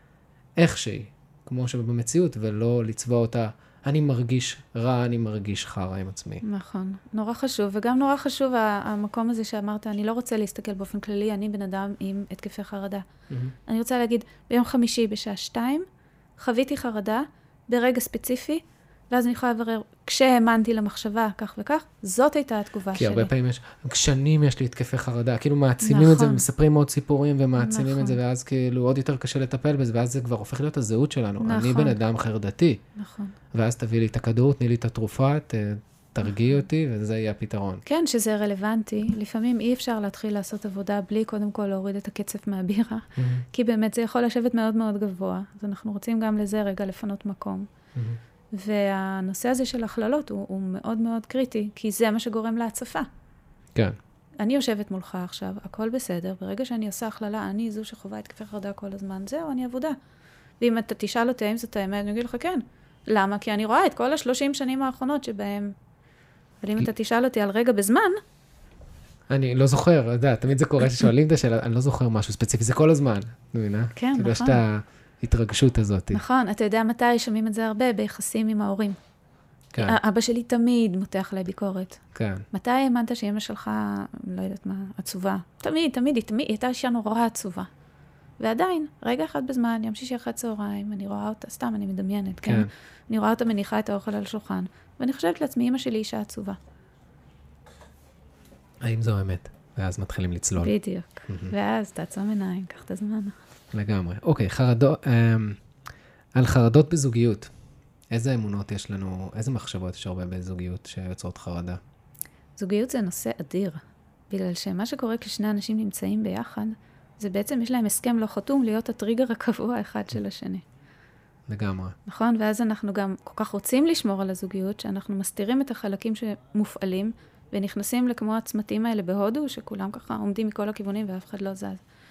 איך שהיא, כמו שבמציאות, ולא לצבוע אותה, אני מרגיש רע, אני מרגיש חרא עם עצמי. נכון, נורא חשוב, וגם נורא חשוב המקום הזה שאמרת, אני לא רוצה להסתכל באופן כללי, אני בן אדם עם התקפי חרדה. Mm-hmm. אני רוצה להגיד, ביום חמישי בשעה שתיים, חוויתי חרדה ברגע ספציפי, ואז אני יכולה לברר, כשהאמנתי למחשבה, כך וכך, זאת הייתה התגובה כי שלי. כי הרבה פעמים יש, שנים יש לי התקפי חרדה, כאילו מעצימים נכון. את זה, ומספרים עוד סיפורים, ומעצימים נכון. את זה, ואז כאילו עוד יותר קשה לטפל בזה, ואז זה כבר הופך להיות הזהות שלנו. נכון. אני בן אדם חרדתי. נכון. ואז תביא לי את הכדור, תני לי את התרופה, ת, תרגיעי נכון. אותי, וזה יהיה הפתרון. כן, שזה רלוונטי. לפעמים אי אפשר להתחיל לעשות עבודה בלי קודם כל להוריד את הקצף מהבירה, mm-hmm. כי באמת זה יכול לשבת מאוד מאוד גבוה. אז אנחנו רוצים גם לזה רגע לפנות מקום. Mm-hmm. והנושא הזה של הכללות הוא, הוא מאוד מאוד קריטי, כי זה מה שגורם להצפה. כן. אני יושבת מולך עכשיו, הכל בסדר, ברגע שאני עושה הכללה, אני זו שחובה התקפי חרדה כל הזמן, זהו, אני עבודה. ואם אתה תשאל אותי אם זאת האמת, אני אגיד לך כן. למה? כי אני רואה את כל השלושים שנים האחרונות שבהם, אבל אם אתה תשאל אותי על רגע בזמן, אני לא זוכר, אתה יודע, תמיד זה קורה ששואלים את השאלה, אני לא זוכר משהו ספציפי, זה כל הזמן, מבינה? כן, נכון. יש את ההתרגשות הזאת. נכון, אתה יודע מתי שומעים את זה הרבה, ביחסים עם ההורים. כן. אבא שלי תמיד מותח עליי ביקורת. כן. מתי האמנת שאמא שלך, לא יודעת מה, עצובה? תמיד, תמיד, היא תמיד, היא הייתה אישה נורא עצובה. ועדיין, רגע אחד בזמן, יום שישי אחת צהריים, אני רואה אותה, סתם, אני מדמיינת, כן? כן? אני רואה אותה מניחה את האוכל על השולחן, ואני חושבת לעצמי, אמא שלי אישה עצובה. האם זו האמת? ואז מתחילים לצלול. בדיוק. ואז תעצום עיניים, קח את הזמן. לגמרי. אוקיי, חרדות, על חרדות בזוגיות. איזה אמונות יש לנו, איזה מחשבות יש הרבה בזוגיות שיוצרות חרדה? זוגיות זה נושא אדיר, בגלל שמה שקורה כששני אנשים נמצאים ביחד, זה בעצם יש להם הסכם לא חתום להיות הטריגר הקבוע אחד של השני. לגמרי. נכון? ואז אנחנו גם כל כך רוצים לשמור על הזוגיות, שאנחנו מסתירים את החלקים שמופעלים, ונכנסים לכמו הצמתים האלה בהודו, שכולם ככה עומדים מכל הכיוונים ואף אחד לא זז.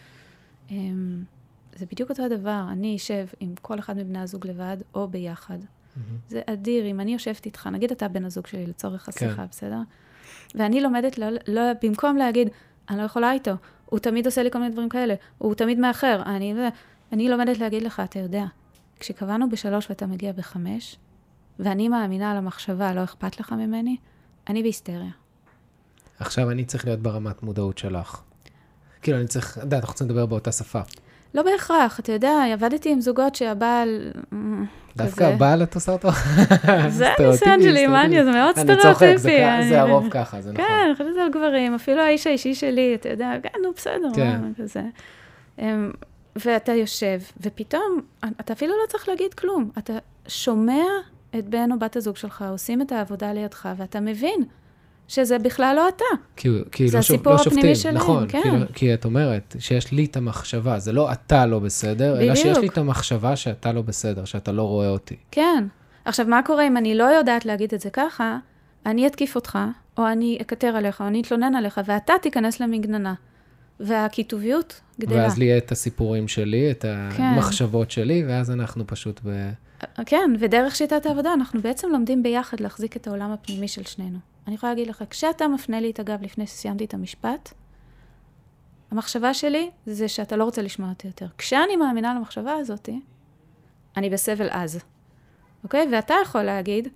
זה בדיוק אותו הדבר. אני אשב עם כל אחד מבני הזוג לבד, או ביחד. זה אדיר. אם אני יושבת איתך, נגיד אתה בן הזוג שלי לצורך השיחה, בסדר? ואני לומדת, לא, לא, במקום להגיד, אני לא יכולה איתו, הוא תמיד עושה לי כל מיני דברים כאלה, הוא תמיד מאחר, אני, אני לומדת להגיד לך, אתה יודע, כשקבענו בשלוש ואתה מגיע בחמש, ואני מאמינה על המחשבה, לא אכפת לך ממני, אני בהיסטריה. עכשיו אני צריך להיות ברמת מודעות שלך. כאילו אני צריך, אתה יודע, אנחנו צריכים לדבר באותה שפה. לא בהכרח, אתה יודע, עבדתי עם זוגות שהבעל... דווקא הבעל את עושה אותו? זה הניסיון שלי, מה אני, זה מאוד סטריאוטיפי. אני צוחק, זה הרוב ככה, זה נכון. כן, אני חושבת על גברים, אפילו האיש האישי שלי, אתה יודע, כן, נו, בסדר, כזה. ואתה יושב, ופתאום, אתה אפילו לא צריך להגיד כלום. אתה שומע את בן או בת הזוג שלך, עושים את העבודה לידך, ואתה מבין שזה בכלל לא אתה. כי, כי זה לא הסיפור לא הפנימי שלהם, נכון, כן. כי, כי את אומרת שיש לי את המחשבה, זה לא אתה לא בסדר, בדיוק. אלא שיש לי את המחשבה שאתה לא בסדר, שאתה לא רואה אותי. כן. עכשיו, מה קורה אם אני לא יודעת להגיד את זה ככה, אני אתקיף אותך, או אני אקטר עליך, או אני אתלונן עליך, ואתה תיכנס למגננה. והכיתוביות גדלה. ואז לי יהיה את הסיפורים שלי, את כן. המחשבות שלי, ואז אנחנו פשוט ב... כן, ודרך שיטת העבודה, אנחנו בעצם לומדים ביחד להחזיק את העולם הפנימי של שנינו. אני יכולה להגיד לך, כשאתה מפנה לי את הגב לפני שסיימתי את המשפט, המחשבה שלי זה שאתה לא רוצה לשמוע אותי יותר. כשאני מאמינה למחשבה הזאת, אני בסבל אז. אוקיי? ואתה יכול להגיד,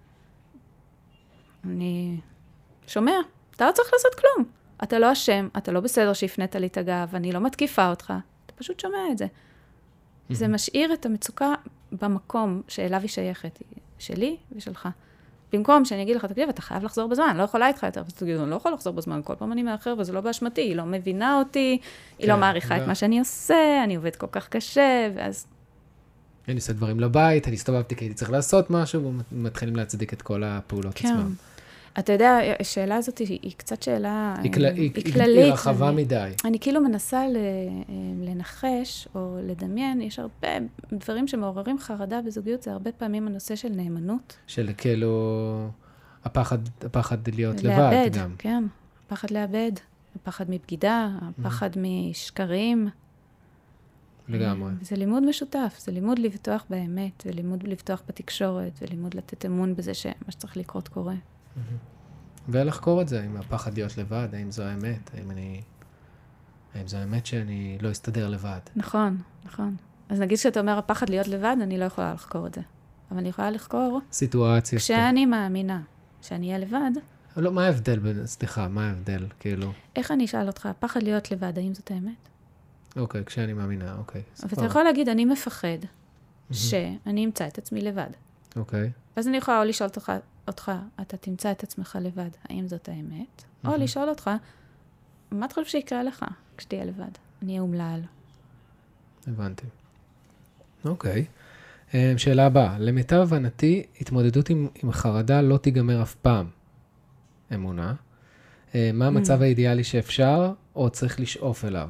אני שומע, אתה לא צריך לעשות כלום. אתה לא אשם, אתה לא בסדר שהפנית לי את הגב, אני לא מתקיפה אותך, אתה פשוט שומע את זה. זה משאיר את המצוקה במקום שאליו היא שייכת, שלי ושלך. במקום שאני אגיד לך, תקשיב, אתה חייב לחזור בזמן, אני לא יכולה איתך יותר, אז תגיד, אני לא יכולה לחזור בזמן, כל פעם אני מאחר, וזה לא באשמתי, היא לא מבינה אותי, היא לא מעריכה את מה שאני עושה, אני עובד כל כך קשה, ואז... אני עושה דברים לבית, אני הסתובבתי כי הייתי צריך לעשות משהו, ומתחילים להצדיק את כל הפעולות עצמם. אתה יודע, השאלה הזאת היא, היא קצת שאלה היא, כל... היא, היא כללית. היא רחבה אני, מדי. אני כאילו מנסה לנחש או לדמיין, יש הרבה דברים שמעוררים חרדה בזוגיות, זה הרבה פעמים הנושא של נאמנות. של כאילו, הפחד, הפחד להיות לאבד, לבד גם. כן, הפחד לאבד, הפחד מבגידה, הפחד mm-hmm. משקרים. לגמרי. זה לימוד משותף, זה לימוד לבטוח באמת, זה לימוד לבטוח בתקשורת, זה לימוד לתת אמון בזה שמה שצריך לקרות קורה. ולחקור את זה, אם הפחד להיות לבד, האם זו האמת, האם אני... האם זו האמת שאני לא אסתדר לבד. נכון, נכון. אז נגיד שאתה אומר, הפחד להיות לבד, אני לא יכולה לחקור את זה. אבל אני יכולה לחקור... סיטואציה. כשאני מאמינה שאני אהיה לבד... לא, מה ההבדל בין... סליחה, מה ההבדל, כאילו? איך אני אשאל אותך, הפחד להיות לבד, האם זאת האמת? אוקיי, כשאני מאמינה, אוקיי. ואתה יכול להגיד, אני מפחד שאני אמצא את עצמי לבד. אוקיי. אז אני יכולה או לשאול אותך, אותך, אתה תמצא את עצמך לבד, האם זאת האמת? או לשאול אותך, מה אתה חושב שיקרה לך כשתהיה לבד? אני אהיה אומלל. הבנתי. אוקיי. שאלה הבאה. למיטב הבנתי, התמודדות עם, עם חרדה לא תיגמר אף פעם. אמונה. מה המצב האידיאלי שאפשר, או צריך לשאוף אליו?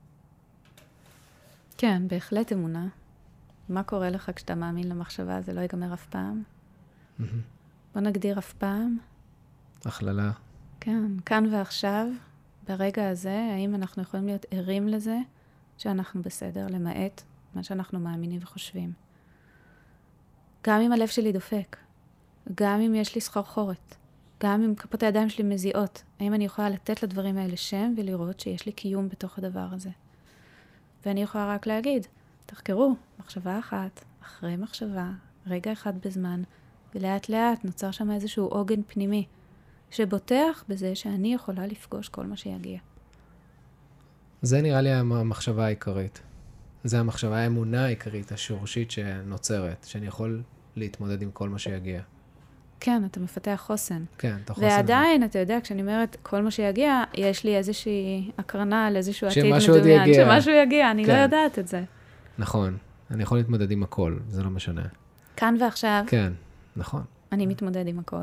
כן, בהחלט אמונה. מה קורה לך כשאתה מאמין למחשבה? זה לא ייגמר אף פעם. בוא נגדיר אף פעם. הכללה. כן, כאן ועכשיו, ברגע הזה, האם אנחנו יכולים להיות ערים לזה שאנחנו בסדר, למעט מה שאנחנו מאמינים וחושבים. גם אם הלב שלי דופק, גם אם יש לי סחרחורת, גם אם כפות הידיים שלי מזיעות, האם אני יכולה לתת לדברים האלה שם ולראות שיש לי קיום בתוך הדבר הזה. ואני יכולה רק להגיד, תחקרו, מחשבה אחת, אחרי מחשבה, רגע אחד בזמן, ולאט לאט נוצר שם איזשהו עוגן פנימי, שבוטח בזה שאני יכולה לפגוש כל מה שיגיע. זה נראה לי המחשבה העיקרית. זה המחשבה, האמונה העיקרית, השורשית שנוצרת, שאני יכול להתמודד עם כל מה שיגיע. כן, אתה מפתח חוסן. כן, אתה חוסן. ועדיין, אתה יודע, כשאני אומרת כל מה שיגיע, יש לי איזושהי הקרנה על איזשהו עתיד מדומיין. שמשהו עוד יגיע. שמשהו יגיע, אני כן. לא יודעת את זה. נכון, אני יכול להתמודד עם הכל, זה לא משנה. כאן ועכשיו, כן, נכון. אני מתמודד עם הכל.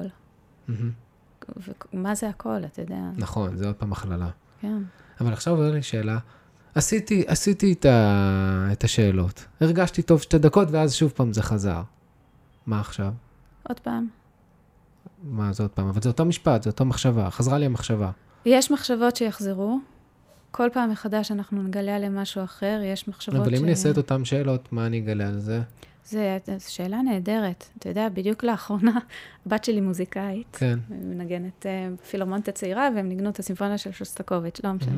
ומה זה הכל, אתה יודע? נכון, זה עוד פעם הכללה. כן. אבל עכשיו עובר לי שאלה, עשיתי, עשיתי את, ה... את השאלות, הרגשתי טוב שתי דקות, ואז שוב פעם זה חזר. מה עכשיו? עוד פעם. מה זה עוד פעם? אבל זה אותו משפט, זה אותו מחשבה, חזרה לי המחשבה. יש מחשבות שיחזרו, כל פעם מחדש אנחנו נגלה עליהם משהו אחר, יש מחשבות ש... אבל אם אני אעשה את אותם שאלות, מה אני אגלה על זה? זה שאלה נהדרת. אתה יודע, בדיוק לאחרונה, הבת שלי מוזיקאית. כן. היא מנגנת פילהרמונית הצעירה, והם ניגנו את הסימפוניה של שוסטקוביץ', לא משנה.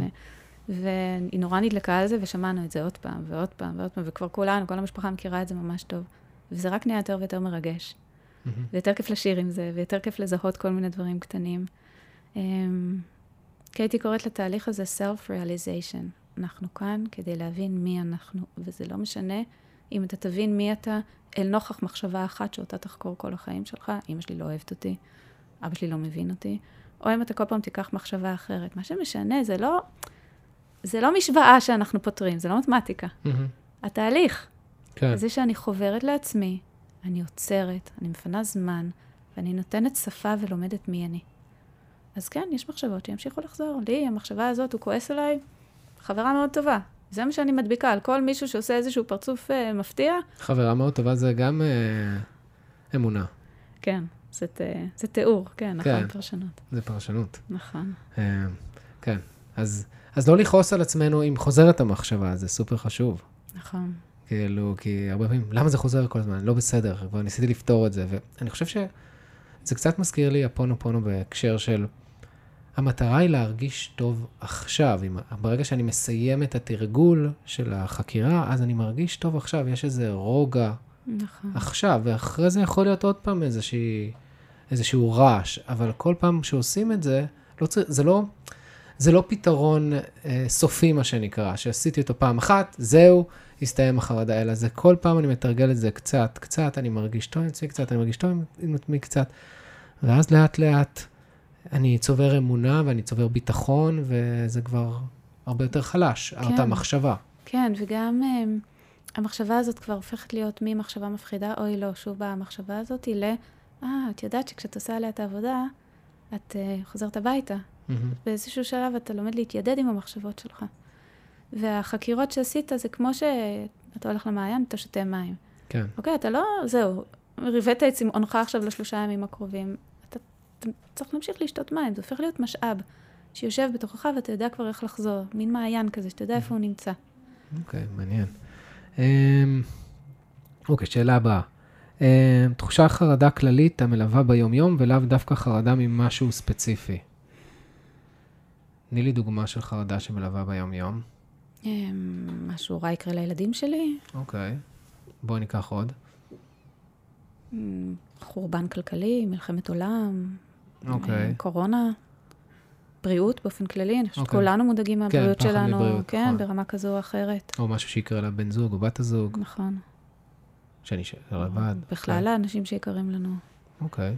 והיא נורא נדלקה על זה, ושמענו את זה עוד פעם, ועוד פעם, ועוד פעם, וכבר כולנו, כל המשפחה מכירה את זה ממש טוב. וזה רק נהיה יותר ויותר מרגש. ויותר כיף לשיר עם זה, ויותר כיף לזהות כל מיני דברים קטנים. כי הייתי קוראת לתהליך הזה self-realization. אנחנו כאן כדי להבין מי אנחנו, וזה לא משנה אם אתה תבין מי אתה אל נוכח מחשבה אחת שאותה תחקור כל החיים שלך, אמא שלי לא אוהבת אותי, אבא שלי לא מבין אותי, או אם אתה כל פעם תיקח מחשבה אחרת. מה שמשנה זה לא, זה לא משוואה שאנחנו פותרים, זה לא מתמטיקה. התהליך. כן. זה שאני חוברת לעצמי, אני עוצרת, אני מפנה זמן, ואני נותנת שפה ולומדת מי אני. אז כן, יש מחשבות שימשיכו לחזור. לי, המחשבה הזאת, הוא כועס עליי, חברה מאוד טובה. זה מה שאני מדביקה על כל מישהו שעושה איזשהו פרצוף אה, מפתיע. חברה מאוד טובה זה גם אה, אמונה. כן, זה, ת, זה תיאור, כן, כן, נכון, פרשנות. זה פרשנות. נכון. אה, כן, אז, אז לא לכעוס על עצמנו אם חוזרת המחשבה, זה סופר חשוב. נכון. כאילו, כי הרבה פעמים, למה זה חוזר כל הזמן? לא בסדר, כבר ניסיתי לפתור את זה, ואני חושב שזה קצת מזכיר לי הפונו פונו בהקשר של, המטרה היא להרגיש טוב עכשיו. ברגע שאני מסיים את התרגול של החקירה, אז אני מרגיש טוב עכשיו, יש איזה רוגע נכון. עכשיו, ואחרי זה יכול להיות עוד פעם איזושהי, איזשהו רעש, אבל כל פעם שעושים את זה, לא צריך, זה לא, זה לא פתרון אה, סופי מה שנקרא, שעשיתי אותו פעם אחת, זהו, הסתיים החרדה, אלא זה כל פעם אני מתרגל את זה קצת, קצת, אני מרגיש טוב עם עצמי קצת, אני מרגיש טוב עם עצמי קצת, ואז לאט לאט, אני צובר אמונה ואני צובר ביטחון, וזה כבר הרבה יותר חלש, כן. אותה מחשבה. כן, וגם um, המחשבה הזאת כבר הופכת להיות ממחשבה מפחידה, אוי לא, שוב באה המחשבה הזאת, היא ל... אה, את יודעת שכשאת עושה עליה את העבודה, את uh, חוזרת הביתה. Mm-hmm. באיזשהו שלב אתה לומד להתיידד עם המחשבות שלך. והחקירות שעשית זה כמו שאתה הולך למעיין, אתה שותה מים. כן. אוקיי, אתה לא, זהו, ריבית את צמאונך עכשיו לשלושה ימים הקרובים. אתה, אתה צריך להמשיך לשתות מים, זה הופך להיות משאב שיושב בתוכך ואתה יודע כבר איך לחזור. מין מעיין כזה, שאתה יודע איפה הוא נמצא. אוקיי, מעניין. אוקיי, שאלה הבאה. תחושה חרדה כללית המלווה ביום-יום ולאו דווקא חרדה ממשהו ספציפי. תני לי דוגמה של חרדה שמלווה ביום-יום. משהו רע יקרה לילדים שלי. אוקיי. בואי ניקח עוד. חורבן כלכלי, מלחמת עולם. אוקיי. קורונה. בריאות באופן כללי. אני חושבת שכולנו מודאגים מהבריאות שלנו. כן, ברמה כזו או אחרת. או משהו שיקרה לבן זוג או בת הזוג. נכון. שאני שאלה לבד. בכלל האנשים שיקרים לנו. אוקיי.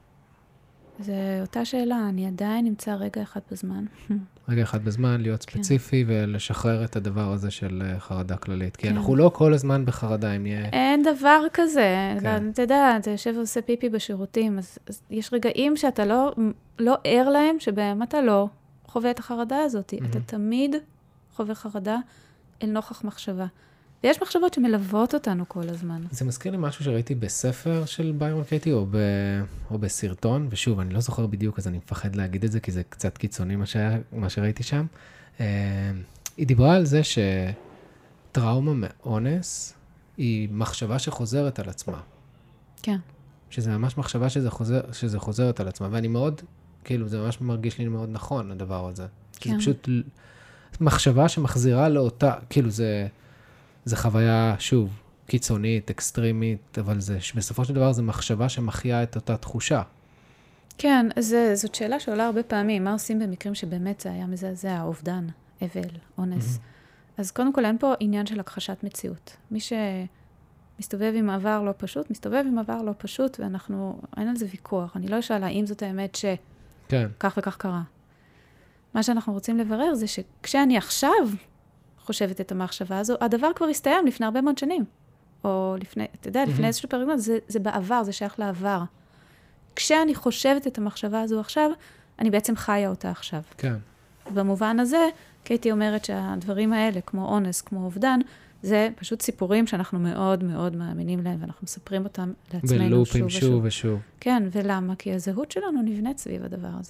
זו אותה שאלה, אני עדיין נמצא רגע אחד בזמן. רגע אחד בזמן, להיות ספציפי ולשחרר את הדבר הזה של חרדה כללית. כי אנחנו לא כל הזמן בחרדה, אם יהיה... אין דבר כזה. אתה יודע, אתה יושב ועושה פיפי בשירותים, אז יש רגעים שאתה לא ער להם, שבהם אתה לא חווה את החרדה הזאת. אתה תמיד חווה חרדה אל נוכח מחשבה. ויש מחשבות שמלוות אותנו כל הזמן. זה מזכיר לי משהו שראיתי בספר של ביירון קייטי, או, ב... או בסרטון, ושוב, אני לא זוכר בדיוק, אז אני מפחד להגיד את זה, כי זה קצת קיצוני מה, ש... מה שראיתי שם. Uh, היא דיברה על זה שטראומה מאונס היא מחשבה שחוזרת על עצמה. כן. שזה ממש מחשבה שזה, חוזר... שזה חוזרת על עצמה, ואני מאוד, כאילו, זה ממש מרגיש לי מאוד נכון, הדבר הזה. כן. זה פשוט מחשבה שמחזירה לאותה, כאילו זה... זה חוויה, שוב, קיצונית, אקסטרימית, אבל זה, בסופו של דבר זה מחשבה שמחיה את אותה תחושה. כן, זה, זאת שאלה שעולה הרבה פעמים. מה עושים במקרים שבאמת זה היה מזעזע, אובדן, אבל, אונס? Mm-hmm. אז קודם כל אין פה עניין של הכחשת מציאות. מי שמסתובב עם עבר לא פשוט, מסתובב עם עבר לא פשוט, ואנחנו, אין על זה ויכוח. אני לא אשאל האם זאת האמת ש... כן. כך וכך קרה. מה שאנחנו רוצים לברר זה שכשאני עכשיו... חושבת את המחשבה הזו, הדבר כבר הסתיים לפני הרבה מאוד שנים. או לפני, אתה יודע, לפני איזשהו פרק, זה, זה בעבר, זה שייך לעבר. כשאני חושבת את המחשבה הזו עכשיו, אני בעצם חיה אותה עכשיו. כן. במובן הזה, קייטי אומרת שהדברים האלה, כמו אונס, כמו אובדן, זה פשוט סיפורים שאנחנו מאוד מאוד מאמינים להם, ואנחנו מספרים אותם לעצמנו שוב ושוב. בלופים שוב ושוב. כן, ולמה? כי הזהות שלנו נבנית סביב הדבר הזה.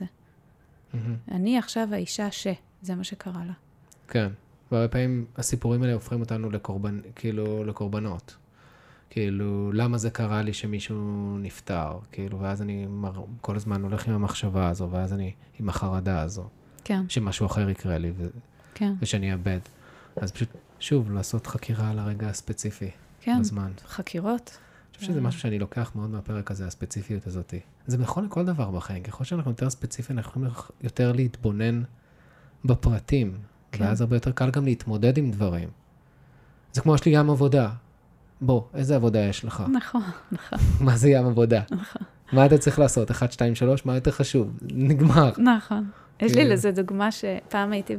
אני עכשיו האישה ש, זה מה שקרה לה. כן. והרבה פעמים הסיפורים האלה הופכים אותנו לקורבן, כאילו, לקורבנות. כאילו, למה זה קרה לי שמישהו נפטר? כאילו, ואז אני מר... כל הזמן הולך עם המחשבה הזו, ואז אני עם החרדה הזו. כן. שמשהו אחר יקרה לי, ו... כן. ושאני אאבד. אז פשוט, שוב, לעשות חקירה על הרגע הספציפי. כן. בזמן. חקירות. אני חושב שזה משהו שאני לוקח מאוד מהפרק הזה, הספציפיות הזאת. זה נכון לכל דבר בחיים. ככל שאנחנו יותר ספציפיים, אנחנו יכולים יותר להתבונן בפרטים. כן. ואז הרבה יותר קל גם להתמודד עם דברים. זה כמו, יש לי ים עבודה. בוא, איזה עבודה יש לך? נכון, נכון. מה זה ים עבודה? נכון. מה אתה צריך לעשות? אחת, שתיים, שלוש, מה יותר חשוב? נגמר. נכון. יש לי לזה דוגמה שפעם הייתי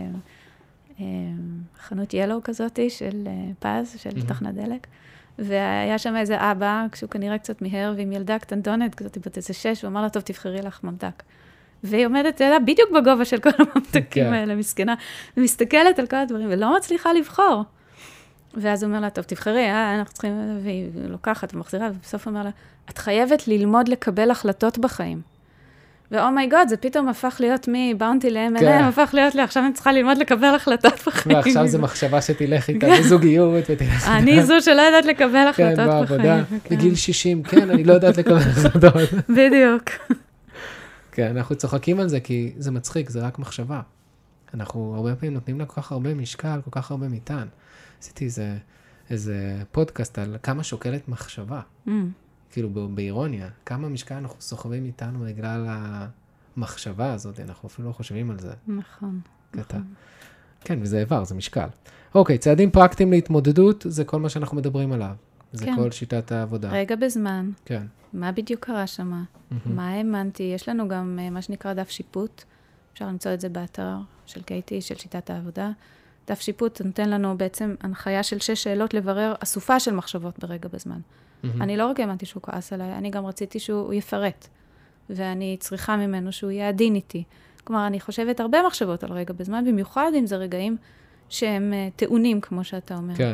בחנות ילו כזאת של פז, של תחנת דלק, והיה שם איזה אבא, כשהוא כנראה קצת מהר, ועם ילדה קטנטונת, כזאת בת איזה שש, הוא אמר לה, טוב, תבחרי לך ממתק. והיא עומדת, אתה יודע, בדיוק בגובה של כל הממתקים האלה, מסכנה, ומסתכלת על כל הדברים, ולא מצליחה לבחור. ואז הוא אומר לה, טוב, תבחרי, אה, אנחנו צריכים, והיא לוקחת ומחזירה, ובסוף הוא אומר לה, את חייבת ללמוד לקבל החלטות בחיים. ואומייגוד, זה פתאום הפך להיות מבאונטי ל-אם אל אם, הפך להיות לי, עכשיו אני צריכה ללמוד לקבל החלטות בחיים. ועכשיו זו מחשבה שתלך איתה בזוגיות, ותלך איתה. אני זו שלא יודעת לקבל החלטות בחיים. כן, בעבודה, בגיל שישים, כן, אני לא יודעת לקבל החלטות. בדיוק. כן, אנחנו צוחקים על זה, כי זה מצחיק, זה רק מחשבה. אנחנו הרבה פעמים נותנים לה כל כך הרבה משקל, כל כך הרבה מטען. עשיתי איזה, איזה פודקאסט על כמה שוקלת מחשבה. Mm. כאילו באירוניה, כמה משקל אנחנו סוחבים איתנו בגלל המחשבה הזאת, אנחנו אפילו לא חושבים על זה. נכון, קטע. נכון. כן, וזה עבר, זה משקל. אוקיי, צעדים פרקטיים להתמודדות, זה כל מה שאנחנו מדברים עליו. זה כן. כל שיטת העבודה. רגע בזמן. כן. מה בדיוק קרה שמה? Mm-hmm. מה האמנתי? יש לנו גם מה שנקרא דף שיפוט. אפשר למצוא את זה באתר של קייטי, של שיטת העבודה. דף שיפוט נותן לנו בעצם הנחיה של שש שאלות לברר אסופה של מחשבות ברגע בזמן. Mm-hmm. אני לא רק האמנתי שהוא כעס עליי, אני גם רציתי שהוא יפרט. ואני צריכה ממנו שהוא יהיה עדין איתי. כלומר, אני חושבת הרבה מחשבות על רגע בזמן, במיוחד אם זה רגעים שהם טעונים, כמו שאתה אומר. כן.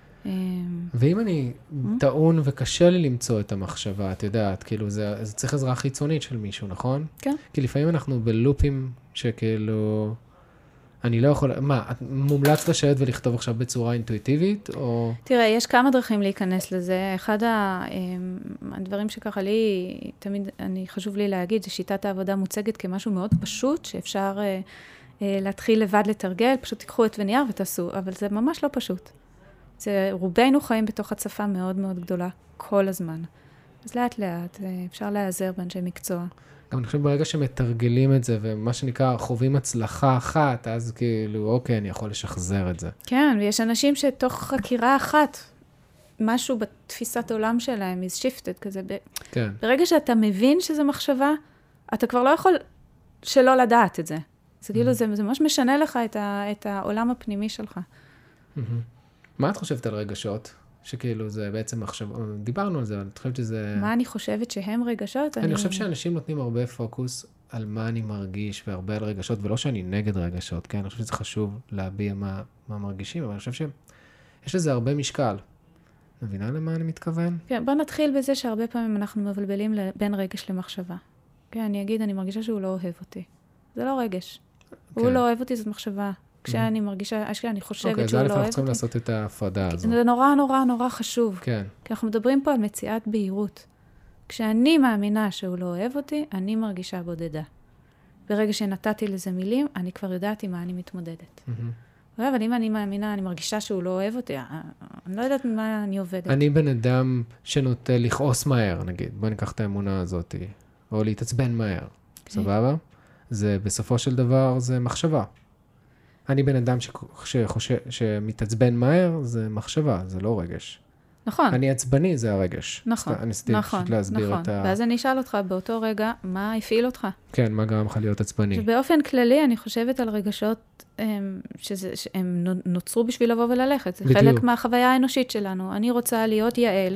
ואם אני טעון וקשה לי למצוא את המחשבה, את יודעת, כאילו זה, זה צריך עזרה חיצונית של מישהו, נכון? כן. כי לפעמים אנחנו בלופים שכאילו, אני לא יכול, מה, את מומלץ לשבת ולכתוב עכשיו בצורה אינטואיטיבית, או... תראה, יש כמה דרכים להיכנס לזה. אחד הדברים שככה לי, תמיד אני חשוב לי להגיד, זה שיטת העבודה מוצגת כמשהו מאוד פשוט, שאפשר להתחיל לבד לתרגל, פשוט תיקחו את ונייר ותעשו, אבל זה ממש לא פשוט. זה, רובנו חיים בתוך הצפה מאוד מאוד גדולה, כל הזמן. אז לאט לאט, אפשר להיעזר באנשי מקצוע. גם אני חושב ברגע שמתרגלים את זה, ומה שנקרא חווים הצלחה אחת, אז כאילו, אוקיי, אני יכול לשחזר את זה. כן, ויש אנשים שתוך חקירה אחת, משהו בתפיסת העולם שלהם is shifted כזה. ב... כן. ברגע שאתה מבין שזה מחשבה, אתה כבר לא יכול שלא לדעת את זה. זה כאילו, זה, זה ממש משנה לך את, ה, את העולם הפנימי שלך. מה את חושבת על רגשות? שכאילו זה בעצם מחשב... דיברנו על זה, אבל את חושבת שזה... מה אני חושבת שהם רגשות? אני, אני חושב שאנשים נותנים הרבה פוקוס על מה אני מרגיש, והרבה על רגשות, ולא שאני נגד רגשות, כן? אני חושב שזה חשוב להביע מה, מה מרגישים, אבל אני חושב שיש לזה הרבה משקל. מבינה למה אני מתכוון? כן, בוא נתחיל בזה שהרבה פעמים אנחנו מבלבלים בין רגש למחשבה. כן, אני אגיד, אני מרגישה שהוא לא אוהב אותי. זה לא רגש. הוא לא אוהב אותי, זאת מחשבה. כשאני מרגישה, אשכרה, אני חושבת שהוא לא אוהב אותי. אוקיי, אז אנחנו צריכים לעשות את ההפרדה הזו. זה נורא נורא נורא חשוב. כן. כי אנחנו מדברים פה על מציאת בהירות. כשאני מאמינה שהוא לא אוהב אותי, אני מרגישה בודדה. ברגע שנתתי לזה מילים, אני כבר יודעת עם מה אני מתמודדת. אבל אם אני מאמינה, אני מרגישה שהוא לא אוהב אותי, אני לא יודעת ממה אני עובדת. אני בן אדם שנוטה לכעוס מהר, נגיד. בוא ניקח את האמונה הזאת, או להתעצבן מהר. סבבה? זה בסופו של דבר, זה מחשבה. אני בן אדם שחושב, שמתעצבן מהר, זה מחשבה, זה לא רגש. נכון. אני עצבני, זה הרגש. נכון, אני סתם נכון, פשוט להסביר נכון. את ה... ואז אני אשאל אותך באותו רגע, מה הפעיל אותך? כן, מה גרם לך להיות עצבני? ובאופן כללי, אני חושבת על רגשות הם, שזה, שהם נוצרו בשביל לבוא וללכת. זה בדיוק. חלק מהחוויה האנושית שלנו. אני רוצה להיות יעל,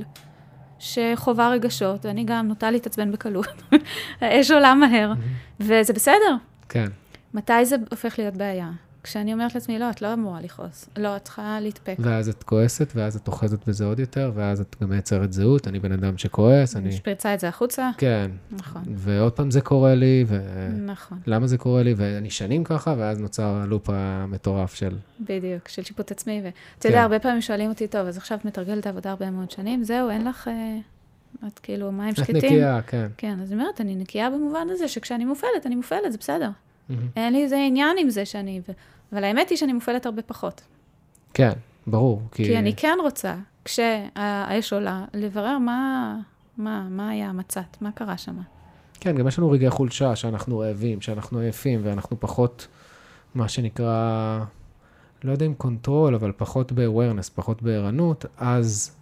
שחובה רגשות, ואני גם נוטה להתעצבן בקלות. האש עולה מהר, וזה בסדר. כן. מתי זה הופך להיות בעיה? כשאני אומרת לעצמי, לא, את לא אמורה לכעוס. לא, את צריכה להתפק. ואז את כועסת, ואז את אוחזת בזה עוד יותר, ואז את גם מייצרת זהות. אני בן אדם שכועס, אני... שפריצה את זה החוצה. כן. נכון. ועוד פעם זה קורה לי, ו... נכון. למה זה קורה לי? ואני שנים ככה, ואז נוצר הלופ המטורף של... בדיוק, של שיפוט עצמי. ואתה יודע, הרבה פעמים שואלים אותי, טוב, אז עכשיו מתרגלת עבודה הרבה מאוד שנים, זהו, אין לך... את כאילו, מים שקטים. את נקייה, כן. כן, אז אני אומרת, אני נקייה במובן הזה, שכשאני מופעלת, אני מופעלת, זה בסדר. אין לי איזה עניין עם זה שאני... אבל האמת היא שאני מופעלת הרבה פחות. כן, ברור. כי, כי אני כן רוצה, כשהאש עולה, לברר מה, מה, מה היה המצאת, מה קרה שם. כן, גם יש לנו רגעי חולשה, שאנחנו רעבים, שאנחנו עייפים, ואנחנו פחות, מה שנקרא, לא יודע אם קונטרול, אבל פחות ב-awareness, פחות בערנות, אז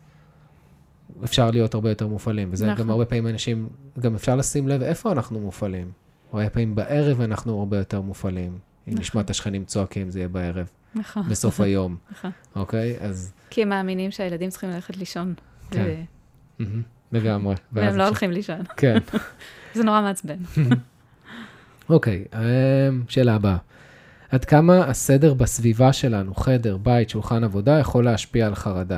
אפשר להיות הרבה יותר מופעלים. וזה נכון. גם הרבה פעמים אנשים, גם אפשר לשים לב איפה אנחנו מופעלים. הרבה פעמים בערב אנחנו הרבה יותר מופעלים. אם נשמע את השכנים צועקים, זה יהיה בערב. נכון. בסוף היום. נכון. אוקיי? אז... כי הם מאמינים שהילדים צריכים ללכת לישון. כן. לגמרי. והם לא הולכים לישון. כן. זה נורא מעצבן. אוקיי, שאלה הבאה. עד כמה הסדר בסביבה שלנו, חדר, בית, שולחן עבודה, יכול להשפיע על חרדה?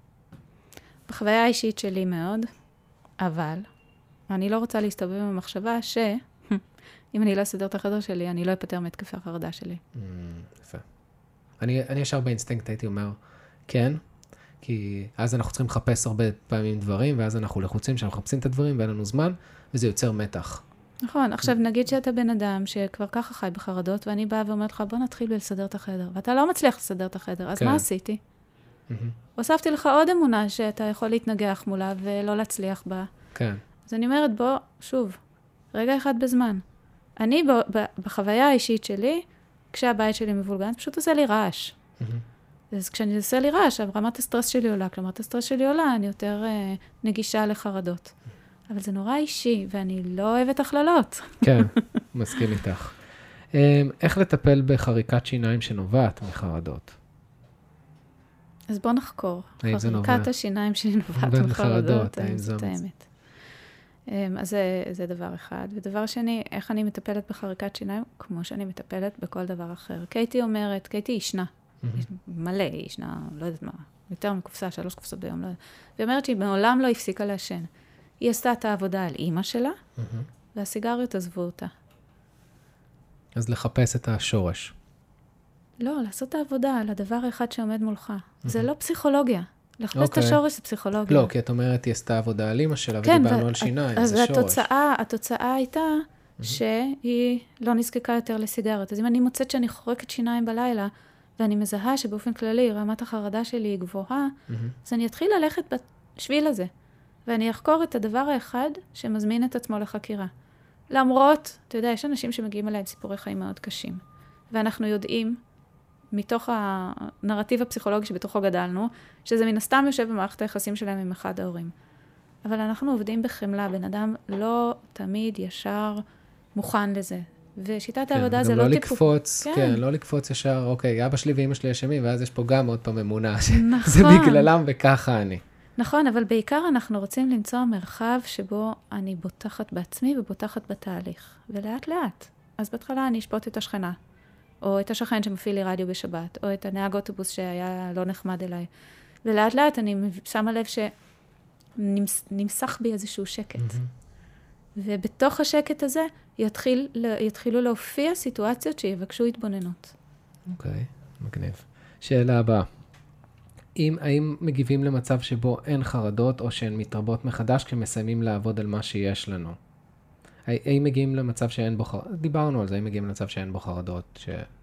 בחוויה האישית שלי מאוד, אבל אני לא רוצה להסתובב במחשבה ש... אם אני לא אסדר את החדר שלי, אני לא אפטר מהתקפי החרדה שלי. יפה. אני, אני ישר באינסטינקט הייתי אומר, כן, כי אז אנחנו צריכים לחפש הרבה פעמים דברים, ואז אנחנו לחוצים שאנחנו מחפשים את הדברים, ואין לנו זמן, וזה יוצר מתח. נכון, עכשיו נגיד שאתה בן אדם שכבר ככה חי בחרדות, ואני באה ואומרת לך, בוא נתחיל לסדר את החדר, ואתה לא מצליח לסדר את החדר, אז כן. מה עשיתי? הוספתי לך עוד אמונה שאתה יכול להתנגח מולה, ולא להצליח בה. כן. אז אני אומרת, בוא, שוב, רגע אחד בזמן. אני בחוויה האישית שלי, כשהבית שלי מבולגן, פשוט עושה לי רעש. אז כשאני עושה לי רעש, רמת הסטרס שלי עולה, כלומר, הסטרס שלי עולה, אני יותר נגישה לחרדות. אבל זה נורא אישי, ואני לא אוהבת הכללות. כן, מסכים איתך. איך לטפל בחריקת שיניים שנובעת מחרדות? אז בוא נחקור. האם זה נובע? חריקת השיניים שלי נובעת מחרדות, האם זאת האמת. אז זה, זה דבר אחד. ודבר שני, איך אני מטפלת בחריקת שיניים? כמו שאני מטפלת בכל דבר אחר. קייטי אומרת, קייטי ישנה. מלא, היא ישנה, לא יודעת מה, יותר מקופסה, שלוש קופסות ביום. לא... והיא אומרת שהיא מעולם לא הפסיקה לעשן. היא עשתה את העבודה על אימא שלה, והסיגריות עזבו אותה. אז לחפש את השורש. לא, לעשות את העבודה על הדבר האחד שעומד מולך. זה לא פסיכולוגיה. לחפש את השורש זה פסיכולוגיה. לא, כי את אומרת, היא עשתה עבודה על אימא שלה, ודיברנו על שיניים, זה שורש. אז התוצאה הייתה שהיא לא נזקקה יותר לסיגריות. אז אם אני מוצאת שאני חורקת שיניים בלילה, ואני מזהה שבאופן כללי רמת החרדה שלי היא גבוהה, אז אני אתחיל ללכת בשביל הזה, ואני אחקור את הדבר האחד שמזמין את עצמו לחקירה. למרות, אתה יודע, יש אנשים שמגיעים אליי עם סיפורי חיים מאוד קשים, ואנחנו יודעים, מתוך הנרטיב הפסיכולוגי שבתוכו גדלנו, שזה מן הסתם יושב במערכת היחסים שלהם עם אחד ההורים. אבל אנחנו עובדים בחמלה, בן אדם לא תמיד ישר מוכן לזה. ושיטת העבודה זה לא טיפול. גם לא לקפוץ, כן, לא לקפוץ ישר, אוקיי, אבא שלי ואמא שלי אשמים, ואז יש פה גם עוד פעם אמונה, שזה בגללם וככה אני. נכון, אבל בעיקר אנחנו רוצים למצוא מרחב שבו אני בוטחת בעצמי ובוטחת בתהליך, ולאט לאט. אז בהתחלה אני אשפוט את השכנה, או את השכן שמפעיל לי רדיו בשבת, או את הנהג אוטובוס שהיה לא נחמד אליי. ולאט לאט אני שמה לב שנמסך בי איזשהו שקט. ובתוך השקט הזה יתחיל, יתחילו להופיע סיטואציות שיבקשו התבוננות. אוקיי, מגניב. שאלה הבאה. אם, האם מגיבים למצב שבו אין חרדות או שהן מתרבות מחדש כשמסיימים לעבוד על מה שיש לנו? האם מגיעים למצב שאין בו חרדות? דיברנו על זה, האם מגיעים למצב שאין בו חרדות,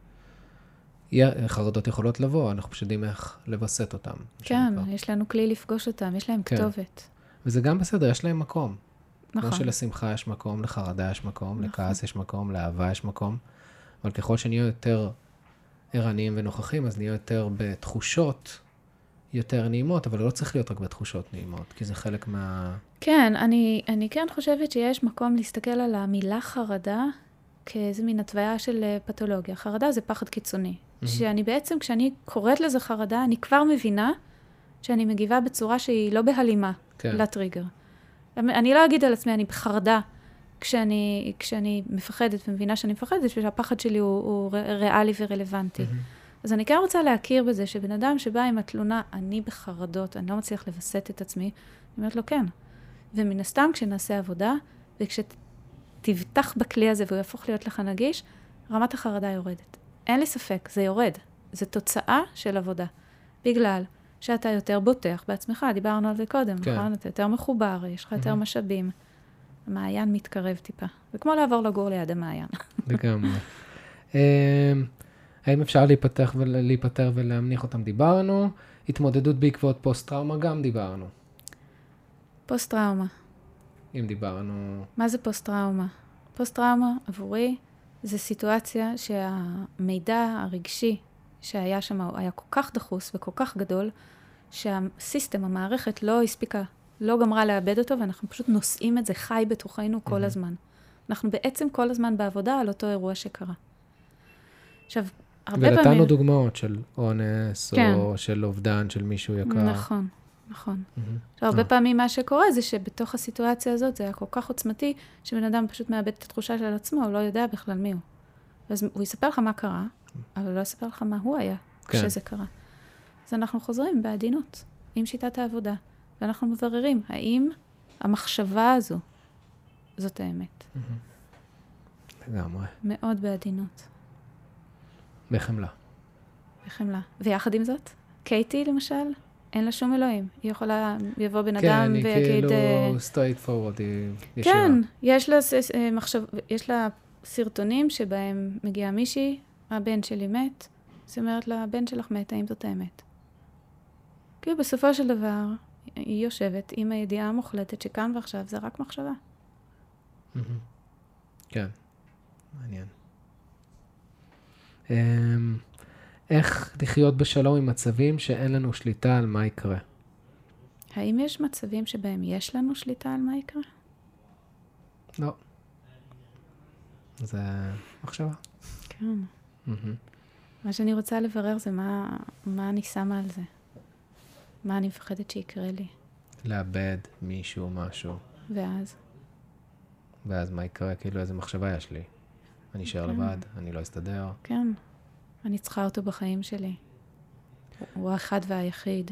שחרדות יכולות לבוא, אנחנו פשוט יודעים איך לבסט אותם. כן, יש לנו כלי לפגוש אותם, יש להם כן. כתובת. וזה גם בסדר, יש להם מקום. נכון. כמו שלשמחה יש מקום, לחרדה יש מקום, נכון. לכעס יש מקום, לאהבה יש מקום. אבל ככל שנהיה יותר ערניים ונוכחים, אז נהיה יותר בתחושות יותר נעימות, אבל לא צריך להיות רק בתחושות נעימות, כי זה חלק מה... כן, אני, אני כן חושבת שיש מקום להסתכל על המילה חרדה כאיזה מין התוויה של פתולוגיה. חרדה זה פחד קיצוני. Mm-hmm. שאני בעצם, כשאני קוראת לזה חרדה, אני כבר מבינה שאני מגיבה בצורה שהיא לא בהלימה כן. לטריגר. אני לא אגיד על עצמי, אני בחרדה, כשאני, כשאני מפחדת ומבינה שאני מפחדת, שהפחד שלי הוא, הוא ריאלי ורלוונטי. Mm-hmm. אז אני כן רוצה להכיר בזה שבן אדם שבא עם התלונה, אני בחרדות, אני לא מצליח לבסט את עצמי, אני אומרת לו כן. ומן הסתם כשנעשה עבודה, וכשתבטח בכלי הזה והוא יהפוך להיות לך נגיש, רמת החרדה יורדת. אין לי ספק, זה יורד. זה תוצאה של עבודה. בגלל שאתה יותר בוטח בעצמך, דיברנו על זה קודם, כן. נכון? אתה יותר מחובר, יש לך יותר mm-hmm. משאבים. המעיין מתקרב טיפה. זה כמו לעבור לגור ליד המעיין. לגמרי. האם אפשר להיפתח ולהיפטר ולהמניח אותם? דיברנו. התמודדות בעקבות פוסט-טראומה גם דיברנו. פוסט-טראומה. אם דיברנו... מה זה פוסט-טראומה? פוסט-טראומה עבורי זה סיטואציה שהמידע הרגשי שהיה שם היה כל כך דחוס וכל כך גדול, שהסיסטם, המערכת לא הספיקה, לא גמרה לאבד אותו, ואנחנו פשוט נושאים את זה חי בתוכנו כל הזמן. אנחנו בעצם כל הזמן בעבודה על אותו אירוע שקרה. עכשיו, הרבה פעמים... ונתנו דוגמאות של אונס, כן. או של אובדן של מישהו יקר. נכון, נכון. עכשיו, הרבה פעמים מה שקורה זה שבתוך הסיטואציה הזאת, זה היה כל כך עוצמתי, שבן אדם פשוט מאבד את התחושה של עצמו, הוא לא יודע בכלל מי הוא. אז הוא יספר לך מה קרה, אבל לא יספר לך מה הוא היה כן. כשזה קרה. אז אנחנו חוזרים בעדינות, עם שיטת העבודה, ואנחנו מבררים, האם המחשבה הזו, זאת האמת. לגמרי. מאוד בעדינות. בחמלה. בחמלה. ויחד עם זאת, קייטי למשל, אין לה שום אלוהים. היא יכולה, יבוא בן כן, אדם ויגיד... כן, היא כאילו straight forward, היא ישירה. כן, יש לה, מחשב, יש לה סרטונים שבהם מגיעה מישהי, הבן שלי מת, זאת אומרת לה, הבן שלך מת, האם זאת האמת? כאילו בסופו של דבר, היא יושבת עם הידיעה המוחלטת שכאן ועכשיו זה רק מחשבה. כן, מעניין. איך לחיות בשלום עם מצבים שאין לנו שליטה על מה יקרה? האם יש מצבים שבהם יש לנו שליטה על מה יקרה? לא. זה מחשבה. כן. מה שאני רוצה לברר זה מה, מה אני שמה על זה. מה אני מפחדת שיקרה לי. לאבד מישהו, משהו. ואז? ואז מה יקרה? כאילו איזה מחשבה יש לי? אני אשאר לבד, אני לא אסתדר. כן, אני צריכה אותו בחיים שלי. הוא האחד והיחיד.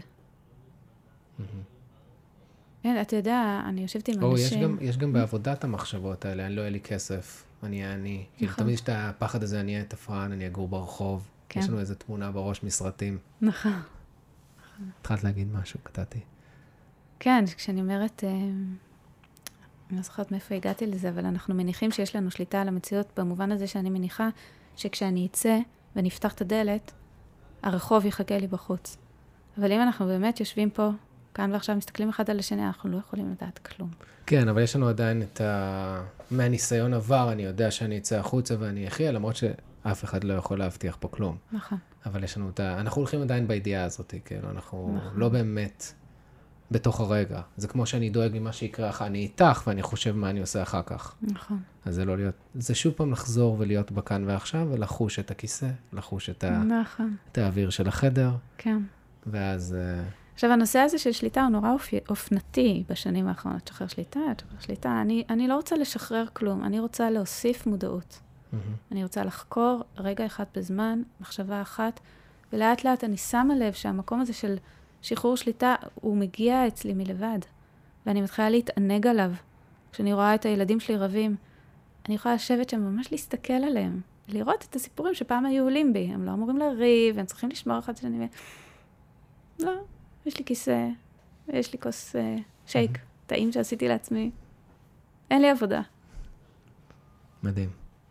כן, אתה יודע, אני יושבת עם אנשים... יש גם בעבודת המחשבות האלה, אני לא יהיה לי כסף, אני אהיה אני. כאילו תמיד יש את הפחד הזה, אני אהיה תפרן, אני אגור ברחוב. יש לנו איזו תמונה בראש מסרטים. נכון. התחלת להגיד משהו, קטעתי. כן, כשאני אומרת, אני לא זוכרת מאיפה הגעתי לזה, אבל אנחנו מניחים שיש לנו שליטה על המציאות, במובן הזה שאני מניחה שכשאני אצא ונפתח את הדלת, הרחוב יחכה לי בחוץ. אבל אם אנחנו באמת יושבים פה, כאן ועכשיו מסתכלים אחד על השני, אנחנו לא יכולים לדעת כלום. כן, אבל יש לנו עדיין את ה... מהניסיון עבר, אני יודע שאני אצא החוצה ואני אחיה, למרות שאף אחד לא יכול להבטיח פה כלום. נכון. אבל יש לנו את ה... אנחנו הולכים עדיין בידיעה הזאת, כאילו, אנחנו נכון. לא באמת בתוך הרגע. זה כמו שאני דואג ממה שיקרה אחר, אני איתך ואני חושב מה אני עושה אחר כך. נכון. אז זה לא להיות... זה שוב פעם לחזור ולהיות בכאן ועכשיו, ולחוש את הכיסא, לחוש את, ה... נכון. את האוויר של החדר. כן. ואז... עכשיו, הנושא הזה של שליטה הוא נורא אופי, אופנתי בשנים האחרונות. שחרר שליטה, שחרר שליטה. אני, אני לא רוצה לשחרר כלום, אני רוצה להוסיף מודעות. Mm-hmm. אני רוצה לחקור רגע אחד בזמן, מחשבה אחת, ולאט לאט אני שמה לב שהמקום הזה של שחרור שליטה, הוא מגיע אצלי מלבד. ואני מתחילה להתענג עליו. כשאני רואה את הילדים שלי רבים, אני יכולה לשבת שם ממש להסתכל עליהם, לראות את הסיפורים שפעם היו עולים בי. הם לא אמורים לריב, הם צריכים לשמור אחד שני. לא. יש לי כיסא, יש לי כוס uh, שייק, טעים שעשיתי לעצמי. אין לי עבודה. מדהים.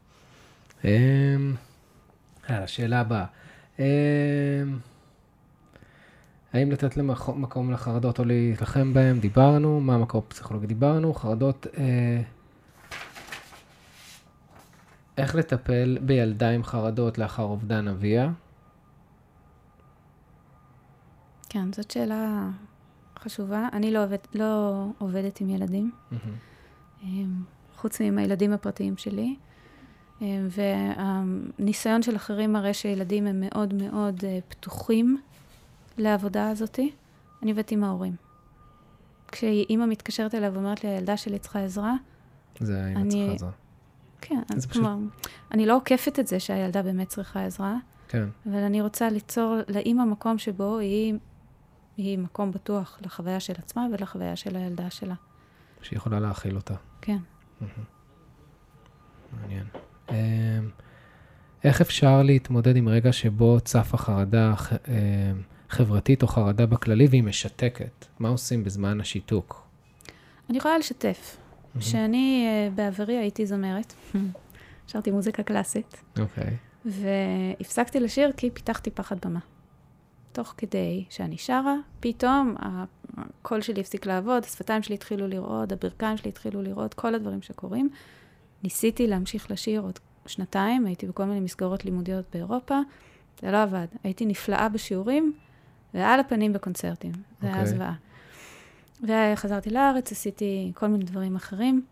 השאלה הבאה. האם לתת מקום לחרדות או להתלחם בהם? דיברנו. מה המקום הפסיכולוגי? דיברנו. חרדות... איך לטפל בילדה עם חרדות לאחר אובדן אביה? כן, זאת שאלה חשובה. אני לא, עובד, לא עובדת עם ילדים, mm-hmm. חוץ עם הילדים הפרטיים שלי, והניסיון של אחרים מראה שילדים הם מאוד מאוד פתוחים לעבודה הזאת. אני עובדת עם ההורים. כשאימא מתקשרת אליו ואומרת לי, הילדה שלי צריכה עזרה, זה אימא צריכה עזרה. כן, אז כלומר, אני לא עוקפת את זה שהילדה באמת צריכה עזרה, כן. אבל אני רוצה ליצור לאימא מקום שבו היא... היא מקום בטוח לחוויה של עצמה ולחוויה של הילדה שלה. שהיא יכולה להכיל אותה. כן. מעניין. איך אפשר להתמודד עם רגע שבו צפה חרדה חברתית או חרדה בכללי והיא משתקת? מה עושים בזמן השיתוק? אני יכולה לשתף. שאני בעברי הייתי זמרת. שרתי מוזיקה קלאסית. אוקיי. והפסקתי לשיר כי פיתחתי פחד במה. תוך כדי שאני שרה, פתאום הקול שלי הפסיק לעבוד, השפתיים שלי התחילו לרעוד, הברכיים שלי התחילו לרעוד, כל הדברים שקורים. ניסיתי להמשיך לשיר עוד שנתיים, הייתי בכל מיני מסגרות לימודיות באירופה, זה לא עבד. הייתי נפלאה בשיעורים, ועל הפנים בקונצרטים. זה היה זוועה. וחזרתי לארץ, עשיתי כל מיני דברים אחרים,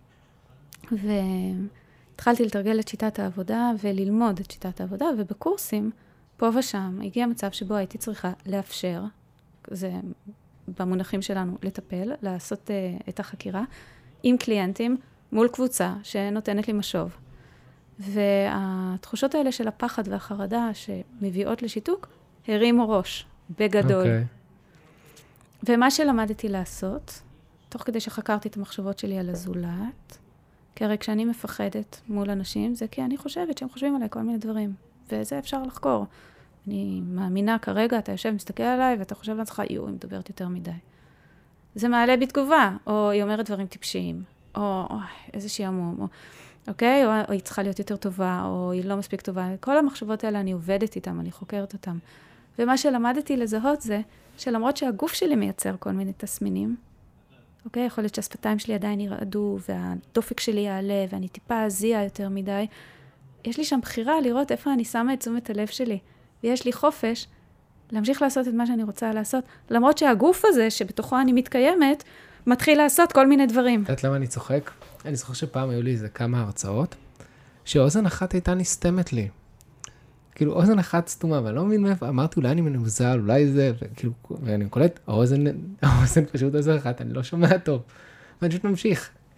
והתחלתי לתרגל את שיטת העבודה וללמוד את שיטת העבודה, ובקורסים, פה ושם, הגיע מצב שבו הייתי צריכה לאפשר, זה במונחים שלנו, לטפל, לעשות uh, את החקירה, עם קליינטים, מול קבוצה שנותנת לי משוב. והתחושות האלה של הפחד והחרדה שמביאות לשיתוק, הרימו ראש, בגדול. Okay. ומה שלמדתי לעשות, תוך כדי שחקרתי את המחשבות שלי על הזולת, כי הרי כשאני מפחדת מול אנשים, זה כי אני חושבת שהם חושבים עליי כל מיני דברים. וזה אפשר לחקור. אני מאמינה כרגע, אתה יושב, מסתכל עליי, ואתה חושב לעצמך, יו, היא מדברת יותר מדי. זה מעלה בתגובה, או היא אומרת דברים טיפשיים, או, או איזה שעמום, או, אוקיי? או, או היא צריכה להיות יותר טובה, או היא לא מספיק טובה. כל המחשבות האלה, אני עובדת איתן, אני חוקרת אותן. ומה שלמדתי לזהות זה, שלמרות שהגוף שלי מייצר כל מיני תסמינים, אוקיי? יכול להיות שהשפתיים שלי עדיין ירעדו, והדופק שלי יעלה, ואני טיפה אזיע יותר מדי. יש לי שם בחירה לראות איפה אני שמה את תשומת הלב שלי. ויש לי חופש להמשיך לעשות את מה שאני רוצה לעשות, למרות שהגוף הזה, שבתוכו אני מתקיימת, מתחיל לעשות כל מיני דברים. את יודעת למה אני צוחק? אני זוכר שפעם היו לי איזה כמה הרצאות, שאוזן אחת הייתה נסתמת לי. כאילו, אוזן אחת סתומה, ואני לא מבין מאיפה, אמרתי, אולי אני מנוזל, אולי זה, וכאילו, ואני קולט, האוזן, האוזן פשוט אוזן אחת, אני לא שומע טוב. ואני פשוט ממשיך.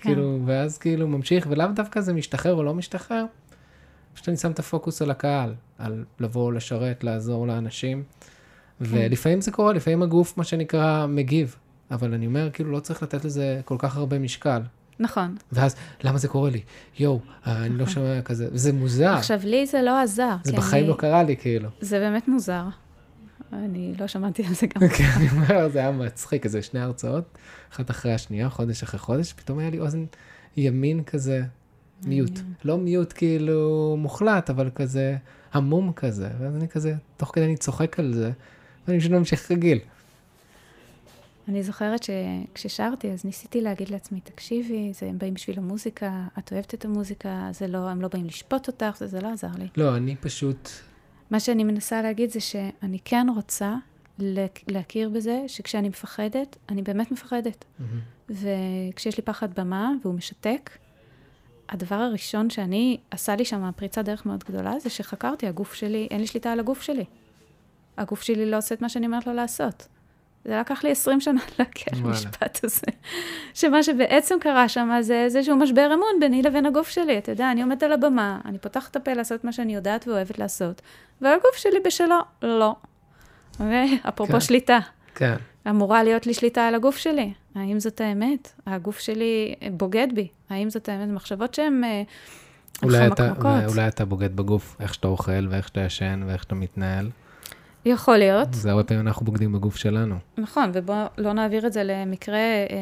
כאילו, ואז כאילו ממשיך, ולאו דווקא זה משתחרר או לא משתחרר, פשוט אני שם את הפוקוס על הקהל, על לבוא, לשרת, לעזור לאנשים, ולפעמים זה קורה, לפעמים הגוף, מה שנקרא, מגיב, אבל אני אומר, כאילו, לא צריך לתת לזה כל כך הרבה משקל. נכון. ואז, למה זה קורה לי? יואו, אני לא שומע כזה, וזה מוזר. עכשיו, לי זה לא עזר. זה בחיים לא קרה לי, כאילו. זה באמת מוזר. אני לא שמעתי על זה גם. כן, אני אומר, זה היה מצחיק, איזה שני הרצאות, אחת אחרי השנייה, חודש אחרי חודש, פתאום היה לי אוזן ימין כזה, מיוט. לא מיוט כאילו מוחלט, אבל כזה המום כזה. ואז אני כזה, תוך כדי אני צוחק על זה, ואני פשוט ממשיך רגיל. אני זוכרת שכששרתי, אז ניסיתי להגיד לעצמי, תקשיבי, זה, הם באים בשביל המוזיקה, את אוהבת את המוזיקה, זה לא, הם לא באים לשפוט אותך, זה, זה לא עזר לי. לא, אני פשוט... מה שאני מנסה להגיד זה שאני כן רוצה להכיר בזה, שכשאני מפחדת, אני באמת מפחדת. Mm-hmm. וכשיש לי פחד במה, והוא משתק, הדבר הראשון שאני, עשה לי שם פריצה דרך מאוד גדולה, זה שחקרתי, הגוף שלי, אין לי שליטה על הגוף שלי. הגוף שלי לא עושה את מה שאני אומרת לו לעשות. זה לקח לי עשרים שנה להגיע למשפט הזה. שמה שבעצם קרה שם, זה איזשהו משבר אמון ביני לבין הגוף שלי. אתה יודע, אני עומדת על הבמה, אני פותחת את הפה לעשות מה שאני יודעת ואוהבת לעשות, והגוף שלי בשלו, לא. ואפרופו שליטה. כן. אמורה להיות לי שליטה על הגוף שלי. האם זאת האמת? הגוף שלי בוגד בי. האם זאת האמת? מחשבות שהן חמקמקות. אולי אתה בוגד בגוף, איך שאתה אוכל ואיך שאתה ישן ואיך שאתה מתנהל. יכול להיות. זה הרבה פעמים אנחנו בוגדים בגוף שלנו. נכון, ובואו לא נעביר את זה למקרה,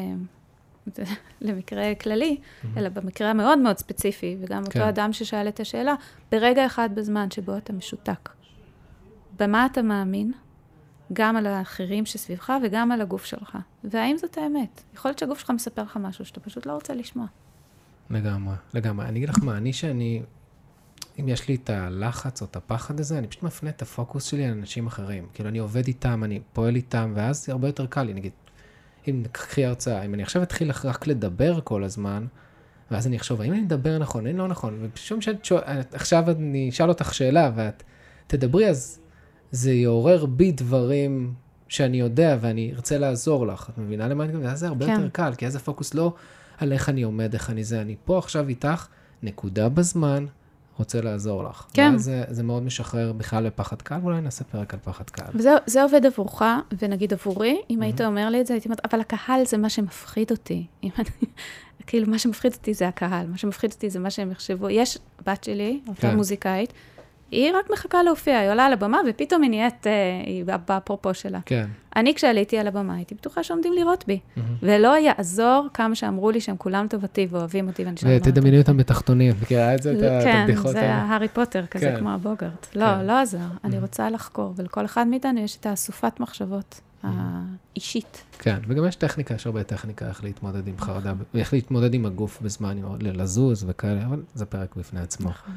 למקרה כללי, אלא במקרה המאוד מאוד ספציפי, וגם אותו אדם ששאל את השאלה, ברגע אחד בזמן שבו אתה משותק, במה אתה מאמין, גם על האחרים שסביבך וגם על הגוף שלך. והאם זאת האמת? יכול להיות שהגוף שלך מספר לך משהו שאתה פשוט לא רוצה לשמוע. לגמרי, לגמרי. אני אגיד לך מה, אני שאני... אם יש לי את הלחץ או את הפחד הזה, אני פשוט מפנה את הפוקוס שלי על אנשים אחרים. כאילו, אני עובד איתם, אני פועל איתם, ואז זה הרבה יותר קל לי. נגיד, אם נקחי הרצאה, אם אני עכשיו אתחיל רק לדבר כל הזמן, ואז אני אחשוב, האם אני מדבר נכון, אין לא נכון, ופשוט שעכשיו אני אשאל אותך שאלה, ואת תדברי, אז זה יעורר בי דברים שאני יודע, ואני ארצה לעזור לך. את מבינה למה אני מתכוונת? ואז זה הרבה יותר קל, כי אז הפוקוס לא על איך אני עומד, איך אני זה. אני פה עכשיו איתך, נקודה בזמן, רוצה לעזור לך. כן. ואז זה, זה מאוד משחרר בכלל לפחד קל, ואולי נעשה פרק על פחד קל. וזה, זה עובד עבורך, ונגיד עבורי, אם mm-hmm. היית אומר לי את זה, הייתי אומרת, אבל הקהל זה מה שמפחיד אותי. אם אני, כאילו, מה שמפחיד אותי זה הקהל, מה שמפחיד אותי זה מה שהם יחשבו. יש בת שלי, אותה כן. מוזיקאית, היא רק מחכה להופיע, היא עולה על הבמה, ופתאום היא נהיית, היא באפרופו שלה. כן. אני כשעליתי על הבמה, הייתי בטוחה שעומדים לראות בי. Mm-hmm. ולא יעזור כמה שאמרו לי שהם כולם טובתי ואוהבים אותי. ותדמיינו אותם בתחתונים, מכירה את זה, את הבדיחות האלה? כן, זה הארי פוטר, כזה כמו הבוגרט. לא, לא עזר. אני רוצה לחקור, ולכל אחד מאיתנו יש את האסופת מחשבות האישית. כן, וגם יש טכניקה, יש הרבה טכניקה, איך להתמודד עם חרדה, איך להתמודד עם הגוף בזמן, לזוז וכאלה, אבל זה פרק בפני עצמו. נכון.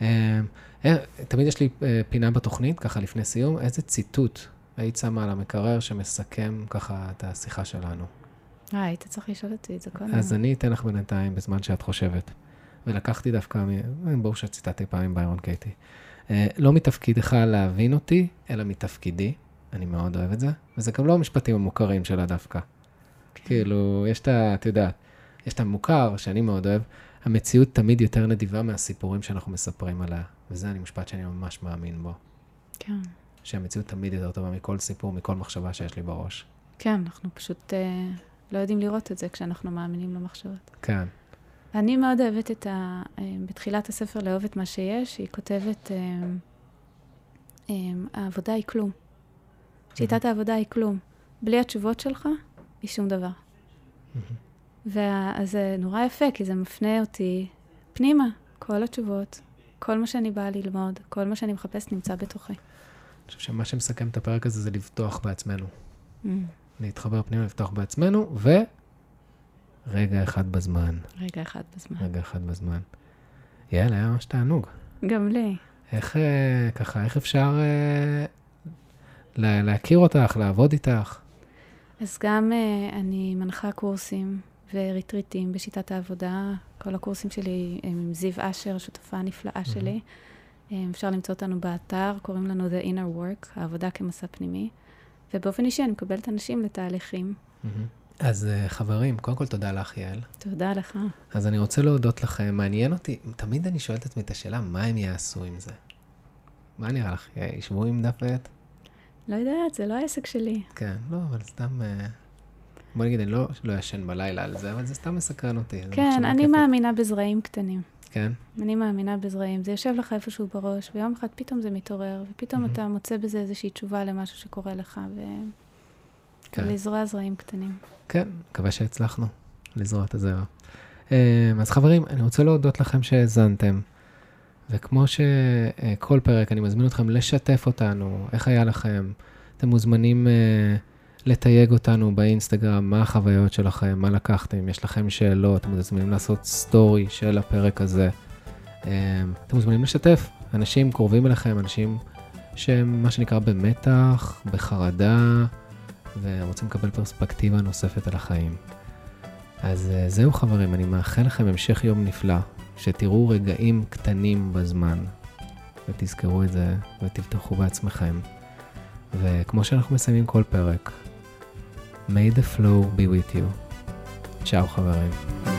תמיד יש לי פינה בתוכנית, ככה לפני סיום, איזה ציטוט היית שמה על המקרר שמסכם ככה את השיחה שלנו? אה, היית צריך לשאול אותי את זה קודם. אז אני אתן לך בינתיים בזמן שאת חושבת. ולקחתי דווקא, ברור שציטטתי פעמים ביירון קייטי. לא מתפקידך להבין אותי, אלא מתפקידי. אני מאוד אוהב את זה. וזה גם לא המשפטים המוכרים שלה דווקא. כאילו, יש את ה, אתה יודע, יש את המוכר שאני מאוד אוהב, המציאות תמיד יותר נדיבה מהסיפורים שאנחנו מספרים עליה. וזה אני משפט שאני ממש מאמין בו. כן. שהמציאות תמיד יותר טובה מכל סיפור, מכל מחשבה שיש לי בראש. כן, אנחנו פשוט אה, לא יודעים לראות את זה כשאנחנו מאמינים למחשבות. כן. אני מאוד אוהבת את ה... אה, בתחילת הספר לאהוב את מה שיש, היא כותבת, אה, אה, העבודה היא כלום. שיטת העבודה היא כלום. בלי התשובות שלך, היא שום דבר. וזה נורא יפה, כי זה מפנה אותי פנימה, כל התשובות, כל מה שאני באה ללמוד, כל מה שאני מחפש נמצא בתוכי. אני חושב שמה שמסכם את הפרק הזה זה לבטוח בעצמנו. Mm. להתחבר פנימה, לבטוח בעצמנו, ורגע אחד בזמן. רגע אחד בזמן. רגע אחד בזמן. יאללה, היה ממש תענוג. גם לי. איך, ככה, איך אפשר לה, להכיר אותך, לעבוד איתך? אז גם אני מנחה קורסים וריטריטים בשיטת העבודה. כל הקורסים שלי הם עם זיו אשר, השותפה הנפלאה שלי. אפשר למצוא אותנו באתר, קוראים לנו The Inner Work, העבודה כמסע פנימי. ובאופן אישי אני מקבלת אנשים לתהליכים. אז חברים, קודם כל תודה לך, יעל. תודה לך. אז אני רוצה להודות לכם. מעניין אותי, תמיד אני שואלת את עצמי את השאלה, מה הם יעשו עם זה? מה נראה לך? ישבו עם דף ועט? לא יודעת, זה לא העסק שלי. כן, לא, אבל סתם... בוא נגיד, אני לא, לא ישן בלילה על זה, אבל זה סתם מסקרן אותי. כן, אני מאמינה בזרעים קטנים. כן? אני מאמינה בזרעים. זה יושב לך איפשהו בראש, ויום אחד פתאום זה מתעורר, ופתאום אתה מוצא בזה איזושהי תשובה למשהו שקורה לך, ולזרוע זרעים קטנים. כן, מקווה שהצלחנו לזרוע את הזרע. אז חברים, אני רוצה להודות לכם שהאזנתם, וכמו שכל פרק אני מזמין אתכם לשתף אותנו, איך היה לכם, אתם מוזמנים לתייג אותנו באינסטגרם, מה החוויות שלכם, מה לקחתם, יש לכם שאלות, אתם מוזמנים לעשות סטורי של הפרק הזה. אתם מוזמנים לשתף, אנשים קרובים אליכם, אנשים שהם מה שנקרא במתח, בחרדה, ורוצים לקבל פרספקטיבה נוספת על החיים. אז זהו חברים, אני מאחל לכם המשך יום נפלא, שתראו רגעים קטנים בזמן, ותזכרו את זה ותבטחו בעצמכם. וכמו שאנחנו מסיימים כל פרק, May the flow be with you. צ'או חברים.